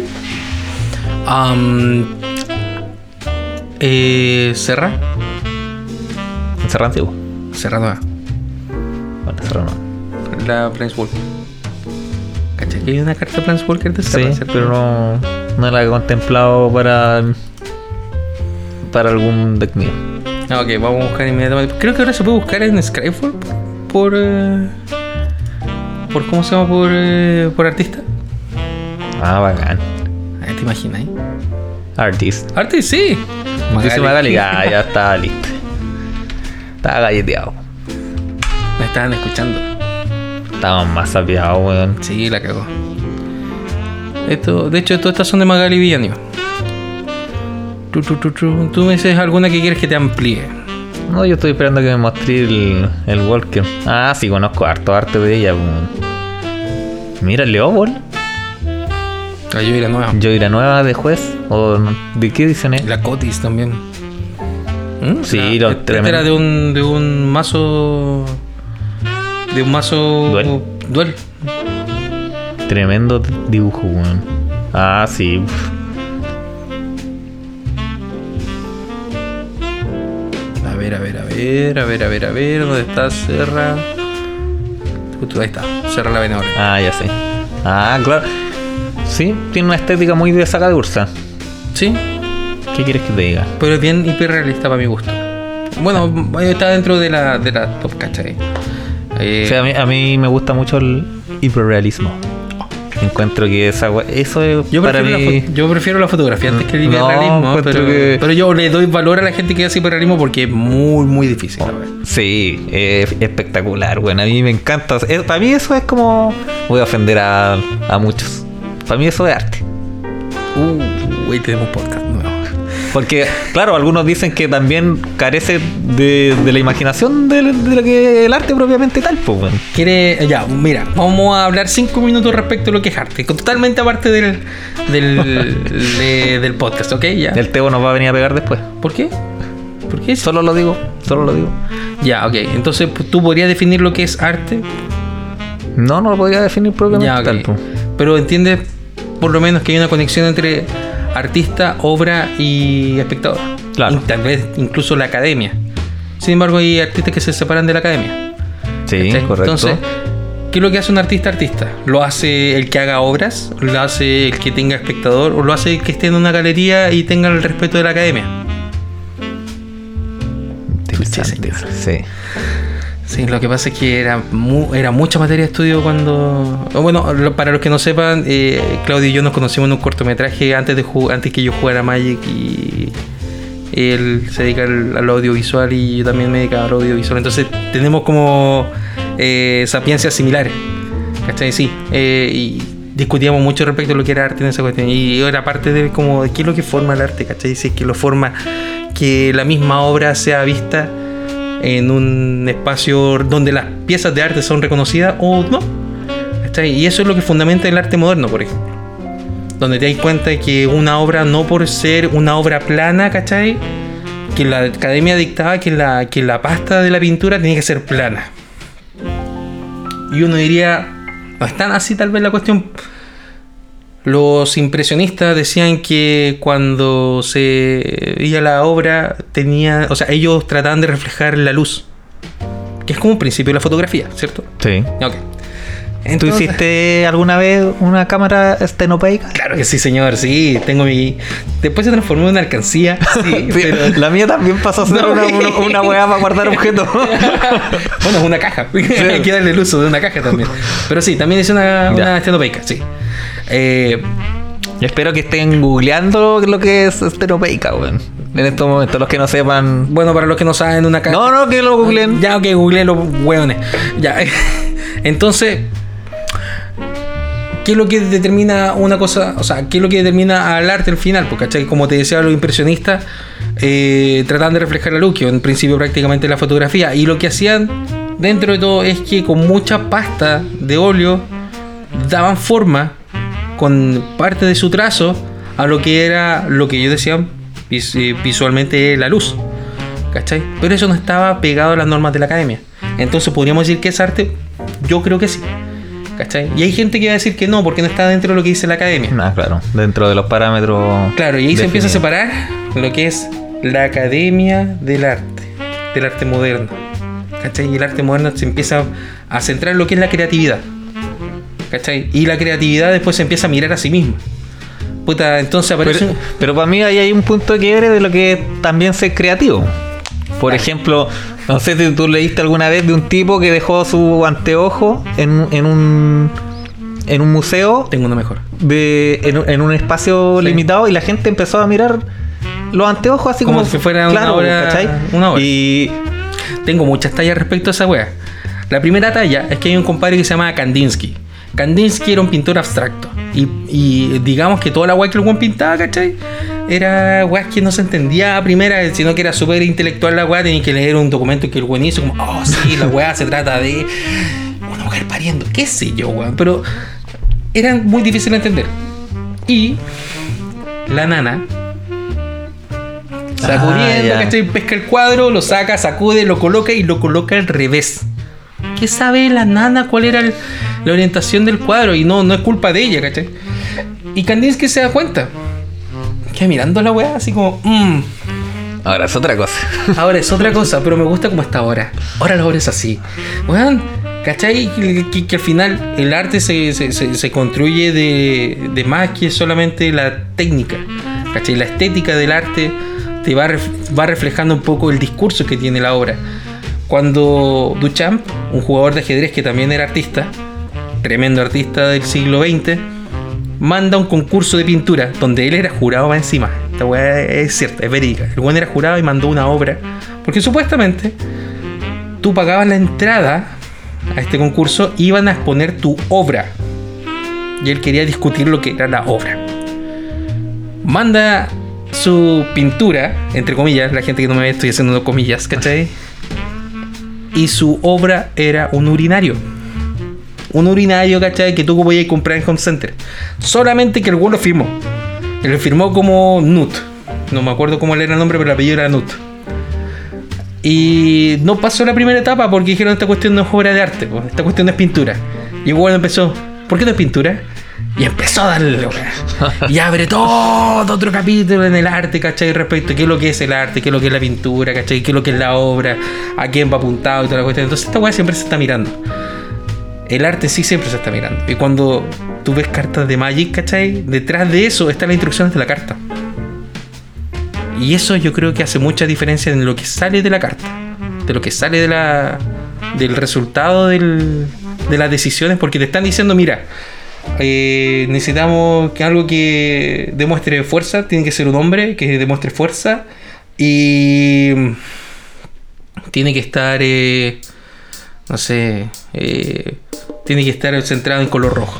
Serra. Serra antiguo. Serra nueva. Bueno, Serra nueva. La Planeswalker. ¿Cachai? Que hay una carta Planeswalker de Serra, sí, ¿cierto? pero no la he contemplado para algún deck mío. Ok, vamos a buscar inmediatamente. Creo que ahora se puede buscar en Scryfall por ¿cómo se llama? Por artista. Ah, bacán. ¿Te imaginas? Artist. Artist, sí. Dice Magali, ya está listo. Estaba galleteado. Me estaban escuchando. Estaban más sapeados, weón. Sí, la cagó. De hecho, todas estas son de Magali Villanueva. Tú me dices alguna que quieres que te amplíe. No, yo estoy esperando que me muestre el Walker. Ah, sí, conozco harto arte de ella. Mira, el Leóbol. La Yoira nueva. Yoira nueva de juez. ¿O de qué edición es? La Cotis también. Sí, esta era de un mazo. De un mazo. Duel. Tremendo dibujo, weón. Ah, sí. A ver, ¿dónde está Serra? Ahí está, Serra la Venadora. Ah, ya sé. Ah, claro. Sí, tiene una estética muy de Saga de Ursa. ¿Sí? ¿Qué quieres que te diga? Pero es bien hiperrealista para mi gusto. Bueno, está dentro de la top, ¿cachai? Sí, a mí me gusta mucho el hiperrealismo. Encuentro que eso es yo prefiero la fotografía antes que el hiperrealismo, pero yo le doy valor a la gente que hace hiperrealismo porque es muy, muy difícil. Sí, es espectacular, bueno, a mí me encanta. Para mí eso es como... Voy a ofender a muchos. Para mí eso es arte. Güey, tenemos podcast nuevo. Porque, claro, algunos dicen que también carece de la imaginación de lo que el arte propiamente tal, pues, bueno. Ya, mira, vamos a hablar 5 minutos respecto a lo que es arte. Totalmente aparte del podcast, ¿ok? Ya. El Teo nos va a venir a pegar después. ¿Por qué? ¿Por qué? Solo lo digo. Ya, ok. Entonces, ¿tú podrías definir lo que es arte? No lo podría definir propiamente Ya, ok. tal, pues. Pero entiendes, por lo menos, que hay una conexión entre artista, obra y espectador. Claro. Y tal vez incluso la academia. Sin embargo, hay artistas que se separan de la academia. Sí, ¿Cachai? correcto. Entonces, ¿qué es lo que hace un artista? ¿Lo hace el que haga obras? ¿Lo hace el que tenga espectador? ¿O lo hace el que esté en una galería y tenga el respeto de la academia? Interesante. Sí. Sí, lo que pasa es que era mucha materia de estudio cuando... Bueno, para los que no sepan, Claudio y yo nos conocimos en un cortometraje antes que yo jugara Magic, y él se dedica al audiovisual y yo también me dedicaba al audiovisual. Entonces tenemos como sapiencias similares, ¿cachai? Sí, y discutíamos mucho respecto a lo que era arte en esa cuestión. Y era parte de como de qué es lo que forma el arte, ¿cachai? Si es que lo forma que la misma obra sea vista en un espacio donde las piezas de arte son reconocidas o no. ¿Cachai? Y eso es lo que fundamenta el arte moderno, por ejemplo. Donde te das cuenta de que una obra, no por ser una obra plana, ¿cachai? Que la academia dictaba que la pasta de la pintura tenía que ser plana. Y uno diría, no es tan así tal vez la cuestión. Los impresionistas decían que cuando se veía la obra ellos trataban de reflejar la luz, que es como un principio de la fotografía, ¿cierto? Sí. Ok. ¿Tú hiciste alguna vez una cámara estenopeica? Claro que sí, señor, sí. Tengo mi... Después se transformó en una alcancía. Sí, pero... La mía también pasó a ser una weá para guardar objetos. Bueno, es una caja. Sí. Hay que darle el uso de una caja también. Pero sí, también hice una estenopeica, sí. Espero que estén googleando lo que es estenopeica, weón. En estos momentos, los que no sepan. Bueno, para los que no saben, una caja. No, que lo googleen. Ya, ok, googleen los weones. Ya. Entonces, ¿qué es lo que determina una cosa? O sea, ¿qué es lo que determina al arte al final? Porque, ¿cachai? Como te decía, los impresionistas trataban de reflejar la luz, que en principio prácticamente la fotografía. Y lo que hacían dentro de todo es que con mucha pasta de óleo daban forma con parte de su trazo a lo que era lo que ellos decían visualmente la luz, ¿cachai? Pero eso no estaba pegado a las normas de la academia. Entonces, ¿podríamos decir que es arte? Yo creo que sí, ¿cachai? Y hay gente que va a decir que no, porque no está dentro de lo que dice la academia. Claro, dentro de los parámetros. Claro, y ahí se empieza a separar lo que es la academia del arte moderno, ¿cachai? Y el arte moderno se empieza a centrar en lo que es la creatividad, ¿cachai? Y la creatividad después se empieza a mirar a sí mismo. Puta, entonces aparece... Pero para mí ahí hay un punto de quiebre de lo que es también ser creativo. Por ejemplo, no sé si tú leíste alguna vez de un tipo que dejó su anteojo en un museo. Tengo uno mejor. En un espacio limitado, y la gente empezó a mirar los anteojos así como si fuera una obra, ¿cachai? Una obra. Y tengo muchas tallas respecto a esa wea. La primera talla es que hay un compadre que se llama Kandinsky. Kandinsky era un pintor abstracto. Y digamos que toda la weá que el weón pintaba, ¿cachai? Era weá que no se entendía a primera, sino que era súper intelectual la weá. Tenía que leer un documento que el weón hizo, como, oh sí, la weá se trata de una mujer pariendo, qué sé yo, weón. Pero era muy difícil de entender. Y la nana, sacudiendo, ¿cachai? Pesca el cuadro, lo saca, sacude, lo coloca y lo coloca al revés. ¿Qué sabe la nana cuál era la orientación del cuadro? Y no es culpa de ella, ¿cachai? Y Kandinsky se da cuenta. Queda mirando la weá así como... Ahora es otra cosa. Ahora es otra cosa, pero me gusta como está ahora. Ahora la obra es así. Weón, ¿cachai? Que al final el arte se construye de más que solamente la técnica, ¿cachai? La estética del arte te va reflejando un poco el discurso que tiene la obra. Cuando Duchamp, un jugador de ajedrez que también era artista, tremendo artista del siglo XX, manda un concurso de pintura donde él era jurado más encima. Esta weá es cierta, es verídica. El weón era jurado y mandó una obra, porque supuestamente tú pagabas la entrada a este concurso, iban a exponer tu obra y él quería discutir lo que era la obra. manda su pintura, entre comillas, la gente que no me ve, estoy haciendo comillas, ¿cachai? Y su obra era un urinario. Un urinario, ¿cachai? Que tú podías comprar en Home Center. Solamente que el güey lo firmó. Él lo firmó como Nut. No me acuerdo cómo era el nombre, pero el apellido era Nut. Y no pasó la primera etapa porque dijeron esta cuestión no es obra de arte, pues, esta cuestión no es pintura. Y el güey empezó, ¿por qué no es pintura? Y empezó a darle, y abre todo otro capítulo en el arte, ¿cachai? Respecto a qué es lo que es el arte, qué es lo que es la pintura, ¿cachai? Qué es lo que es la obra, a quién va apuntado y toda la cuestión. Entonces esta weá siempre se está mirando. El arte sí siempre se está mirando. Y cuando tú ves cartas de Magic, ¿cachai? Detrás de eso están las instrucciones de la carta. Y eso yo creo que hace mucha diferencia en lo que sale de la carta, de lo que sale del resultado de las decisiones, porque te están diciendo, mira, necesitamos que algo que demuestre fuerza, tiene que ser un hombre que demuestre fuerza y tiene que estar, no sé, tiene que estar centrado en color rojo.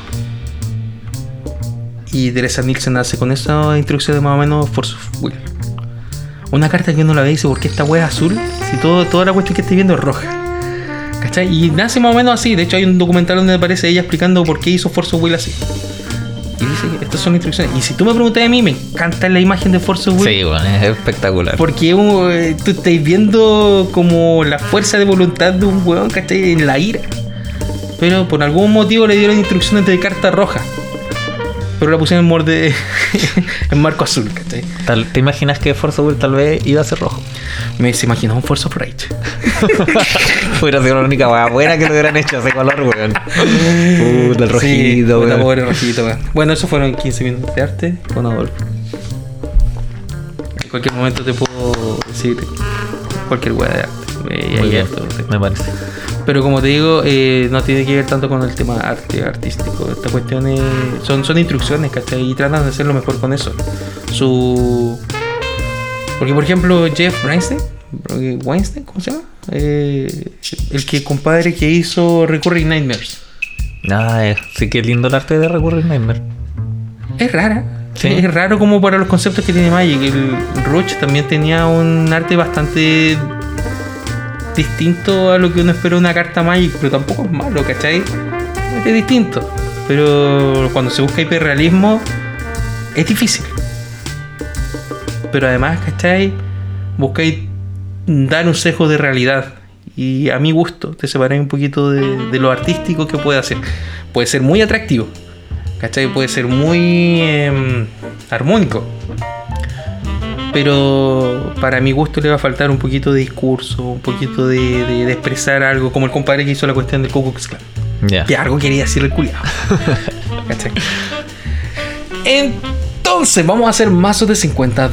Y Teresa Nielsen hace con esa instrucción de más o menos Force of Will. Una carta que uno la ve y dice, ¿por qué esta wea es azul? Si toda la cuestión que estoy viendo es roja. ¿Cachai? Y nace más o menos así. De hecho hay un documental donde aparece ella explicando por qué hizo Force of Will así. Y dice que estas son instrucciones. Y si tú me preguntas a mí, me encanta la imagen de Force of Will. Sí, bueno, es espectacular. Porque tú estás viendo como la fuerza de voluntad de un weón, ¿cachai? En la ira. Pero por algún motivo le dieron instrucciones de carta roja. Pero la pusieron en marco azul, ¿cachai? ¿Te imaginas que Force of Will tal vez iba a ser rojo? Se imaginó un Force of Rage. Hubiera sido la única weá buena que lo hubieran hecho ese color, weón. Puta, el rojito, weón. Pobre rojito, weón. Bueno, eso fueron 15 minutos de arte con Adolfo. En cualquier momento te puedo decir cualquier weá de arte. Muy bien, me parece. Pero como te digo, no tiene que ver tanto con el tema arte artístico. Estas cuestiones son instrucciones, ¿cachai? Y tratan de hacerlo mejor con eso. Porque, por ejemplo, Jeff Weinstein, ¿cómo se llama? El compadre que hizo Recurring Nightmares. Sí, que lindo el arte de Recurring Nightmares. Es rara. ¿Sí? Es raro como para los conceptos que tiene Magic. El Roach también tenía un arte bastante distinto a lo que uno espera de una carta Magic, pero tampoco es malo, ¿cachai? Es distinto. Pero cuando se busca hiperrealismo, es difícil. Pero además, ¿cachai? Buscáis dar un sesgo de realidad. Y a mi gusto, te separáis un poquito de lo artístico que puede hacer. Puede ser muy atractivo, ¿cachai? Puede ser muy armónico. Pero para mi gusto le va a faltar un poquito de discurso, un poquito de expresar algo, como el compadre que hizo la cuestión del Ku Klux Klan. Yeah. Que algo quería decir el culiao. ¿Cachai? Entonces vamos a hacer mazos de $50.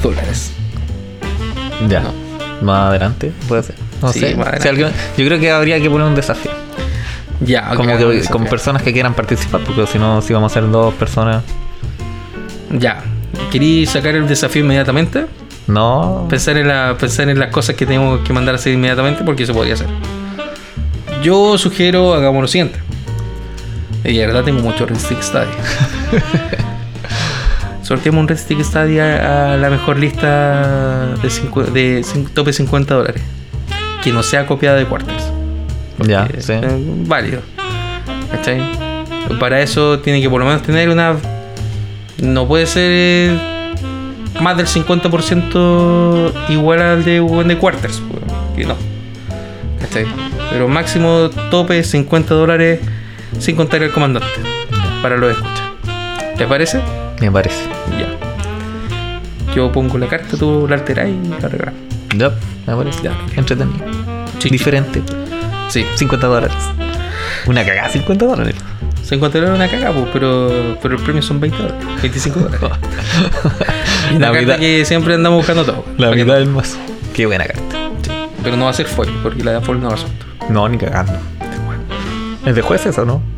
Ya. No. Más adelante puede ser. No Sí, sé. más Si alguien- yo creo que habría que poner un desafío. Ya, ok, Como hagamos que eso, con ok. personas que quieran participar, porque si no, si vamos a ser 2 personas. Ya. ¿Querí sacar el desafío inmediatamente? No. Pensar en las cosas que tenemos que mandar a hacer inmediatamente, porque eso podría ser. Yo sugiero, hagamos lo siguiente. Y de verdad tengo mucho Red Stick Stadia. Sorteemos un Red Stick Stadia a la mejor lista de tope $50. Que no sea copiada de Quarters. Ya, sí. Válido. ¿Cachai? Para eso tiene que por lo menos tener una... No puede ser más del 50% igual al de Quarters. Que no. ¿Cachai? Pero máximo tope $50 sin contar el comandante. Para los escuchas. ¿Te parece? Me parece. Ya. Yo pongo la carta, tú la alterás y la regalamos. Ya, me parece. Ya. Entretenido. Sí. Diferente. Sí. $50. Una cagada, $50. $50 es una caga, pues, pero el premio son $20, $25. Y La la carta mitad- que siempre andamos buscando todo. La ¿Para qué mitad no? del mazo. Qué buena carta. Sí. Pero no va a ser foil, porque la de foil no la suelto. No, ni cagando. ¿Es de jueces o no?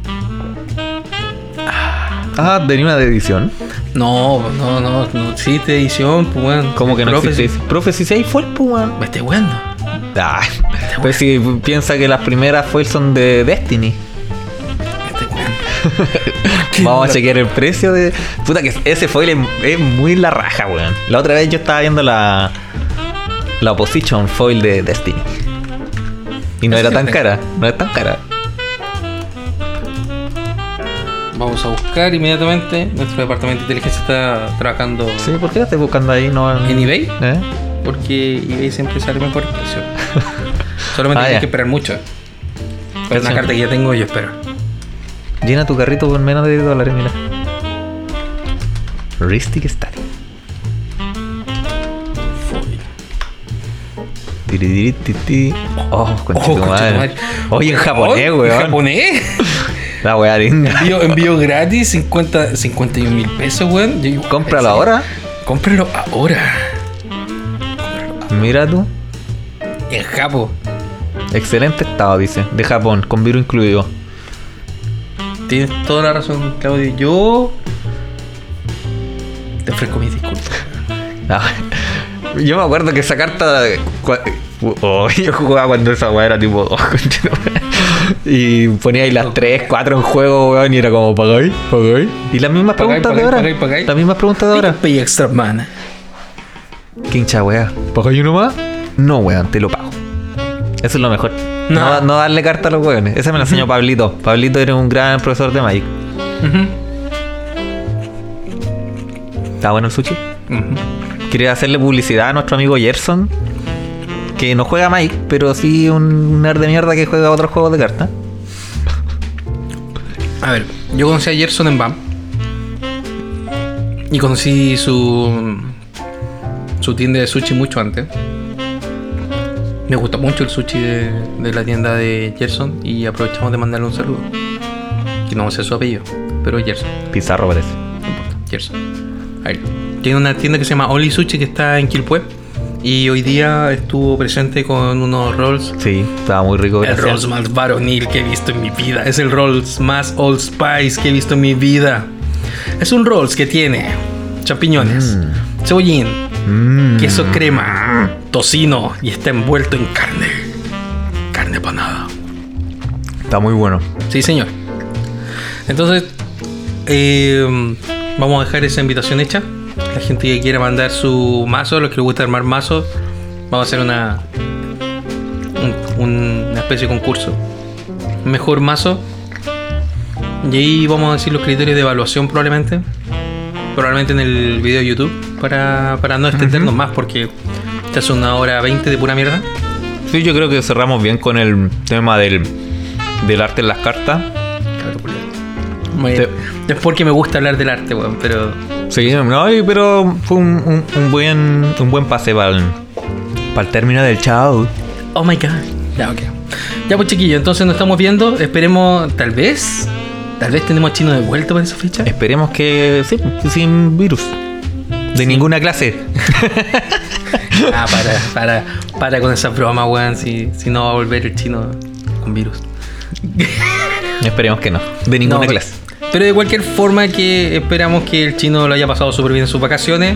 ¿Tenía una de edición? No existe edición, pues bueno. ¿Cómo que no Prophecy. existe? Prophecy 6 fue el weón. Me estoy jugando. Pues si piensa que las primeras foils son de Destiny. Me estoy jugando. Vamos a chequear el precio de... Puta que ese foil es muy la raja, weón. La otra vez yo estaba viendo la Opposition foil de Destiny. Y no era tan cara. No es tan cara. Vamos a buscar inmediatamente. Nuestro departamento de inteligencia está trabajando. Sí, ¿por qué la estás buscando ahí? No, ¿En eBay? ¿Eh? Porque eBay siempre sale mejor precio. Solamente tienes que esperar mucho. Con una carta que ya tengo, yo espero. Llena tu carrito por menos de $10, mira. Ristic Static. Oh, conchito madre. Oye, en japonés, weón. ¿En japonés? La weá linda. Envío gratis, 51 mil pesos, weón. Cómpralo ahora. Cómpralo ahora. Mira tú. En Japón. Excelente estado, dice. De Japón, con virus incluido. Tienes toda la razón, Claudio. Yo te ofrezco mis disculpas. Yo me acuerdo que esa carta... yo jugaba cuando esa weá era tipo... y ponía ahí las 3, 4 en juego, weón, y era como, ¿pagáis? Y las mismas preguntas de ahora. Las mismas preguntas de ahora. Pay extra mana. ¿Qué hincha, weá? ¿Pagáis uno más? No, weón, te lo pago. Eso es lo mejor. No darle carta a los weones. Esa me la enseñó Pablito. Pablito era un gran profesor de Magic. ¿Está bueno el sushi? Quería hacerle publicidad a nuestro amigo Gerson, que no juega Magic, pero sí un nerd de mierda que juega otros juegos de cartas. A ver, yo conocí a Gerson en BAM. Y conocí su tienda de sushi mucho antes. Me gusta mucho el sushi de la tienda de Gerson. Y aprovechamos de mandarle un saludo. Que no sé su apellido, pero es Gerson. Pizarro parece. No importa, Gerson. A ver, tiene una tienda que se llama Only Sushi, que está en Quilpué. Y hoy día estuvo presente con unos rolls. Sí, estaba muy rico. El rolls más varonil que he visto en mi vida. Es el rolls más Old Spice que he visto en mi vida. Es un rolls que tiene champiñones, cebollín, queso crema, tocino y está envuelto en carne panada. Está muy bueno. Sí, señor. Entonces vamos a dejar esa invitación hecha. La gente que quiera mandar su mazo, los que les gusta armar mazos, vamos a hacer una especie de concurso. Mejor mazo. Y ahí vamos a decir los criterios de evaluación probablemente en el video de YouTube, para no extendernos más, porque esta es 1:20 de pura mierda. Sí, yo creo que cerramos bien con el tema del arte en las cartas. Es porque me gusta hablar del arte, weón, pero... Sí, no, pero fue un buen pase para el término del chao. Oh my god. Ya, ok. Ya, pues, chiquillos, entonces nos estamos viendo. Esperemos, tal vez tenemos a Chino de vuelta para esa fecha. Esperemos que sí, sin virus. De ninguna clase. Para con esa broma, weón. Si no va a volver el Chino con virus. Esperemos que no. De ninguna clase. Pero de cualquier forma, que esperamos que el Chino lo haya pasado súper bien en sus vacaciones.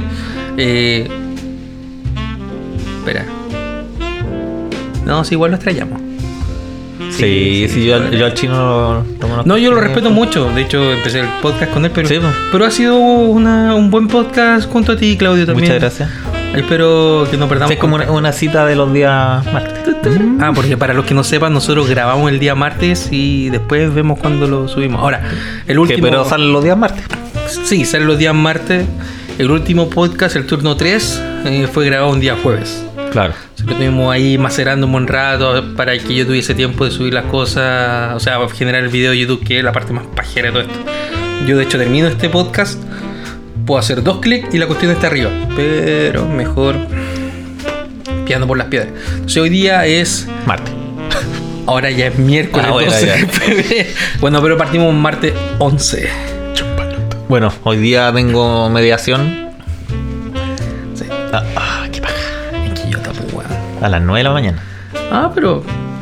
Espera. No, si igual lo extrañamos. Sí, yo al Chino lo conozco. No, yo lo respeto mucho. De hecho, empecé el podcast con él, pero, sí, pero ha sido un buen podcast junto a ti, Claudio, también. Muchas gracias. Espero que no perdamos. Es como una cita de los días martes. Porque para los que no sepan, nosotros grabamos el día martes y después vemos cuándo lo subimos. Ahora, el último... Pero salen los días martes. Sí, salen los días martes. El último podcast, el turno 3, fue grabado un día jueves. Claro. Lo estuvimos ahí macerando un buen rato para que yo tuviese tiempo de subir las cosas. O sea, generar el video de YouTube, que es la parte más pajera de todo esto. Yo, de hecho, termino este podcast, puedo hacer 2 clics y la cuestión está arriba. Pero mejor piando por las piedras. Entonces hoy día es martes. Ahora ya es miércoles 12 de febrero. Bueno, pero partimos martes 11. Bueno, hoy día tengo mediación. Sí. Qué paja. Es que yo tapo, weón. A las 9 de la mañana. Pero...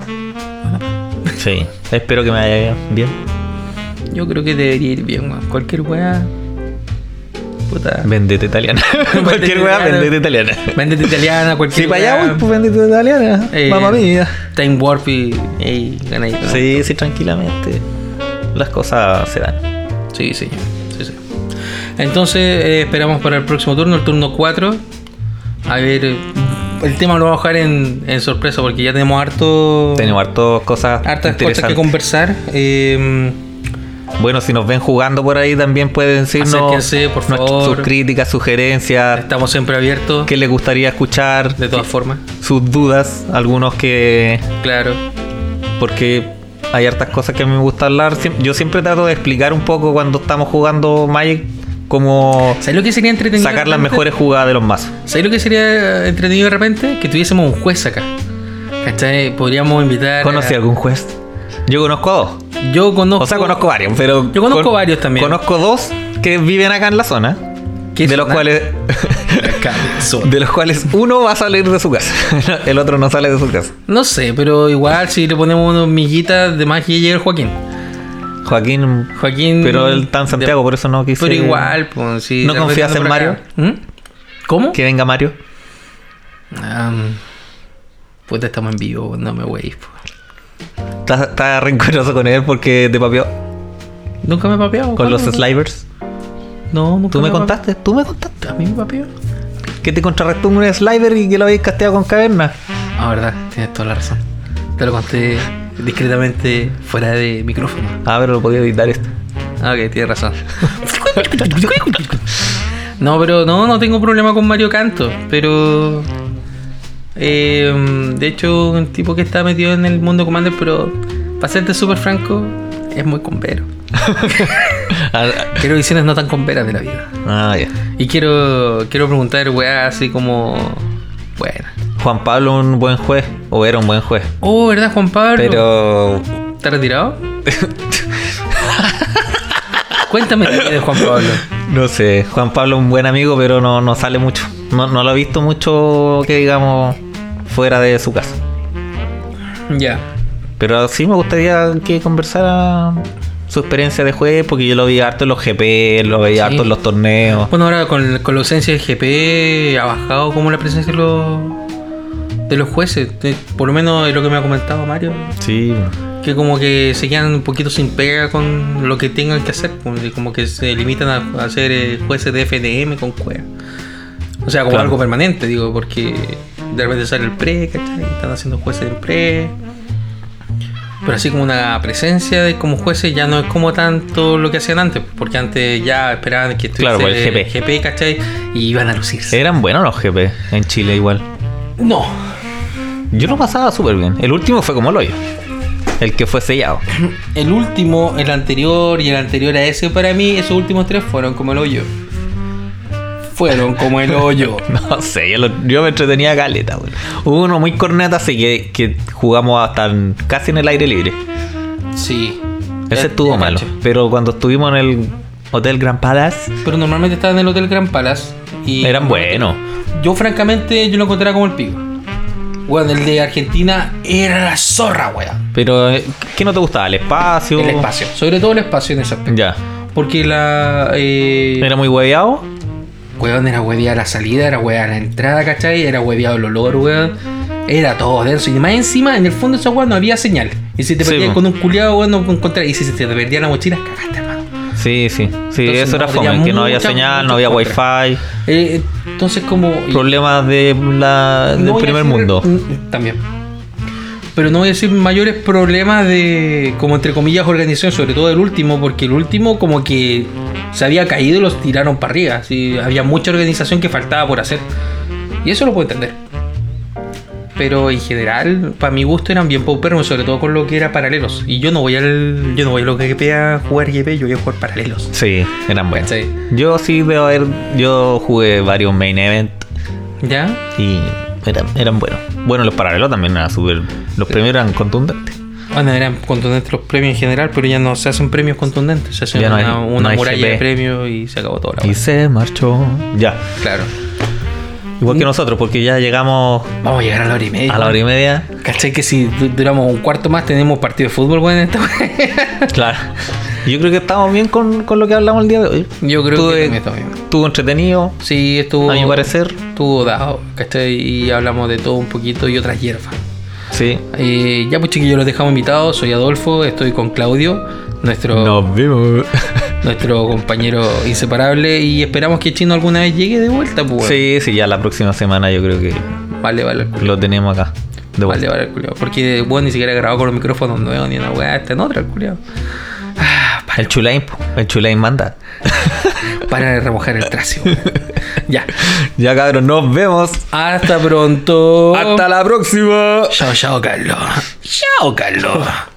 Sí, espero que me vaya bien. Yo creo que debería ir bien, weón. Cualquier weá... Puta. Vendete italiana. Cualquier weá, vendete italiana. Vendete italiana, cualquier. Sí, para allá voy, pues vendete italiana. Mamma mía. Time Warp y gané. Sí, tranquilamente. las cosas se dan. Sí, señor. Sí. Entonces, esperamos para el próximo turno, el turno 4. A ver, el tema lo vamos a dejar en sorpresa porque ya tenemos hartas cosas hartas cosas que conversar. Bueno, si nos ven jugando por ahí también pueden decirnos acérquense, por favor. Sus críticas, sugerencias. Estamos siempre abiertos. ¿Qué les gustaría escuchar? De todas formas. Sus dudas, algunos que... Claro. Porque hay hartas cosas que a mí me gusta hablar. Yo siempre trato de explicar un poco cuando estamos jugando Magic cómo ¿sabes lo que sería entretenido? Sacar las mejores jugadas de los mazos. ¿Sabes lo que sería entretenido de repente? Que tuviésemos un juez acá. ¿Cachai? Podríamos invitar... ¿Conocí algún juez? Yo conozco a 2. Yo conozco... O sea, conozco varios, pero... Yo conozco varios también. Conozco 2 que viven acá en la zona. De los cuales... de los cuales uno va a salir de su casa. El otro no sale de su casa. No sé, pero igual si le ponemos unas miguitas de magia llega el Joaquín. Pero él está en Santiago, por eso no quise... Pero igual, pues... Si ¿no confías en Mario? ¿Cómo? Que venga Mario. Puta, estamos en vivo, no me wey. ¿Estás rencoroso con él porque te papeó? Nunca me papeó. ¿Con los slivers? No, nunca. ¿Tú me contaste? A mí me papeó. Que te contrarrestó un sliver y que lo habéis casteado con caverna. Ah, verdad, tienes toda la razón. Te lo conté discretamente fuera de micrófono. Ah, pero lo podía editar esto. Ah, ok, tienes razón. No, pero no tengo problema con Mario Canto, pero... de hecho, un tipo que está metido en el mundo Commander, pero para serte súper franco, es muy convero. Quiero visiones no tan converas de la vida. Ah, ya. Y quiero preguntar, weá, así como... Bueno. Juan Pablo un buen juez, o era un buen juez. Oh, ¿verdad, Juan Pablo? Pero... ¿Está retirado? Cuéntame de Juan Pablo. No sé, Juan Pablo es un buen amigo, pero no sale mucho. No lo he visto mucho, que digamos, fuera de su casa. Ya. Pero sí me gustaría que conversara su experiencia de juez, porque yo lo vi harto en los GP, lo veía harto en los torneos. Bueno, ahora con la ausencia del GP ha bajado como la presencia de los jueces. Por lo menos es lo que me ha comentado Mario. Sí. Que como que se quedan un poquito sin pega con lo que tengan que hacer. Como que se limitan a hacer jueces de FNM con cueva. O sea, como algo permanente, digo, porque de repente sale el pre, ¿cachai? Están haciendo jueces en pre. Pero así como una presencia de como jueces ya no es como tanto lo que hacían antes. Porque antes ya esperaban que estuviese el GP, ¿cachai? Y iban a lucirse. Eran buenos los GP en Chile igual. No. Yo lo pasaba súper bien. El último fue como el hoyo. El que fue sellado. El último, el anterior y el anterior a ese, para mí, esos últimos 3 fueron como el hoyo. No sé, yo me entretenía caleta, güey. Hubo uno muy corneta, así que jugamos hasta casi en el aire libre. Sí. Ese estuvo malo. Pero cuando estuvimos en el Hotel Grand Palace... Pero normalmente estaba en el Hotel Grand Palace. Y eran buenos. Yo francamente, yo lo encontraba como el pico. Bueno, el de Argentina era la zorra, weón. Pero, ¿qué no te gustaba? ¿El espacio? El espacio, sobre todo el espacio en ese aspecto. Ya. Porque ¿era muy hueveado? Weón, era hueveada la salida, era hueveada la entrada, ¿cachai? Era hueveado el olor, weón. Era todo denso. Y más encima, en el fondo de esa weón no había señal. Y si te perdías con un culiado, weón, no encontrabas. Y si se te perdía la mochila, cagaste, hermano. Sí. Entonces, eso era fome, que no había señal, no había wifi. Entonces, como... Problemas del primer mundo. También. Pero no voy a decir mayores problemas de, como entre comillas, organización, sobre todo el último, porque el último como que se había caído y los tiraron para arriba. ¿Sí? Había mucha organización que faltaba por hacer. Y eso lo puedo entender. Pero en general, para mi gusto, eran bien pauperos, sobre todo con lo que era paralelos. Y yo no voy a lo que GP a jugar GP, yo voy a jugar paralelos. Sí, eran buenos. ¿Sí? Yo yo jugué varios main event. ¿Ya? Y eran buenos. Bueno, los paralelos también eran súper... Los premios eran contundentes. Bueno, eran contundentes los premios en general, pero ya no se hacen premios contundentes. Se hace una muralla GP de premios y se acabó todo. Y se marchó. Ya. Claro. Igual que nosotros, porque ya llegamos... Vamos a llegar a la hora y media. A la hora y media. ¿Cachai? Que si duramos un cuarto más tenemos partido de fútbol, bueno, en esta... Claro. Yo creo que estamos bien con lo que hablamos el día de hoy. Yo creo que también está bien. Estuvo entretenido. Sí, estuvo... A mi parecer. Estuvo dado, ¿cachai? Y hablamos de todo un poquito y otras hierbas. Sí. Ya pues chiquillos, los dejamos invitados. Soy Adolfo, estoy con Claudio Nos vemos. Nuestro compañero inseparable. Y esperamos que Chino alguna vez llegue de vuelta, pues. Sí, ya la próxima semana yo creo que Vale, lo tenemos acá. Vale, el culiao. Porque bueno, ni siquiera he grabado con los micrófonos nuevos ni una weá, está en otra, el culiao. El Chulain manda. Para de remojar el tracio. Ya. Ya, cabros, nos vemos. Hasta pronto. Hasta la próxima. Chao, Carlos. Chao, Carlos.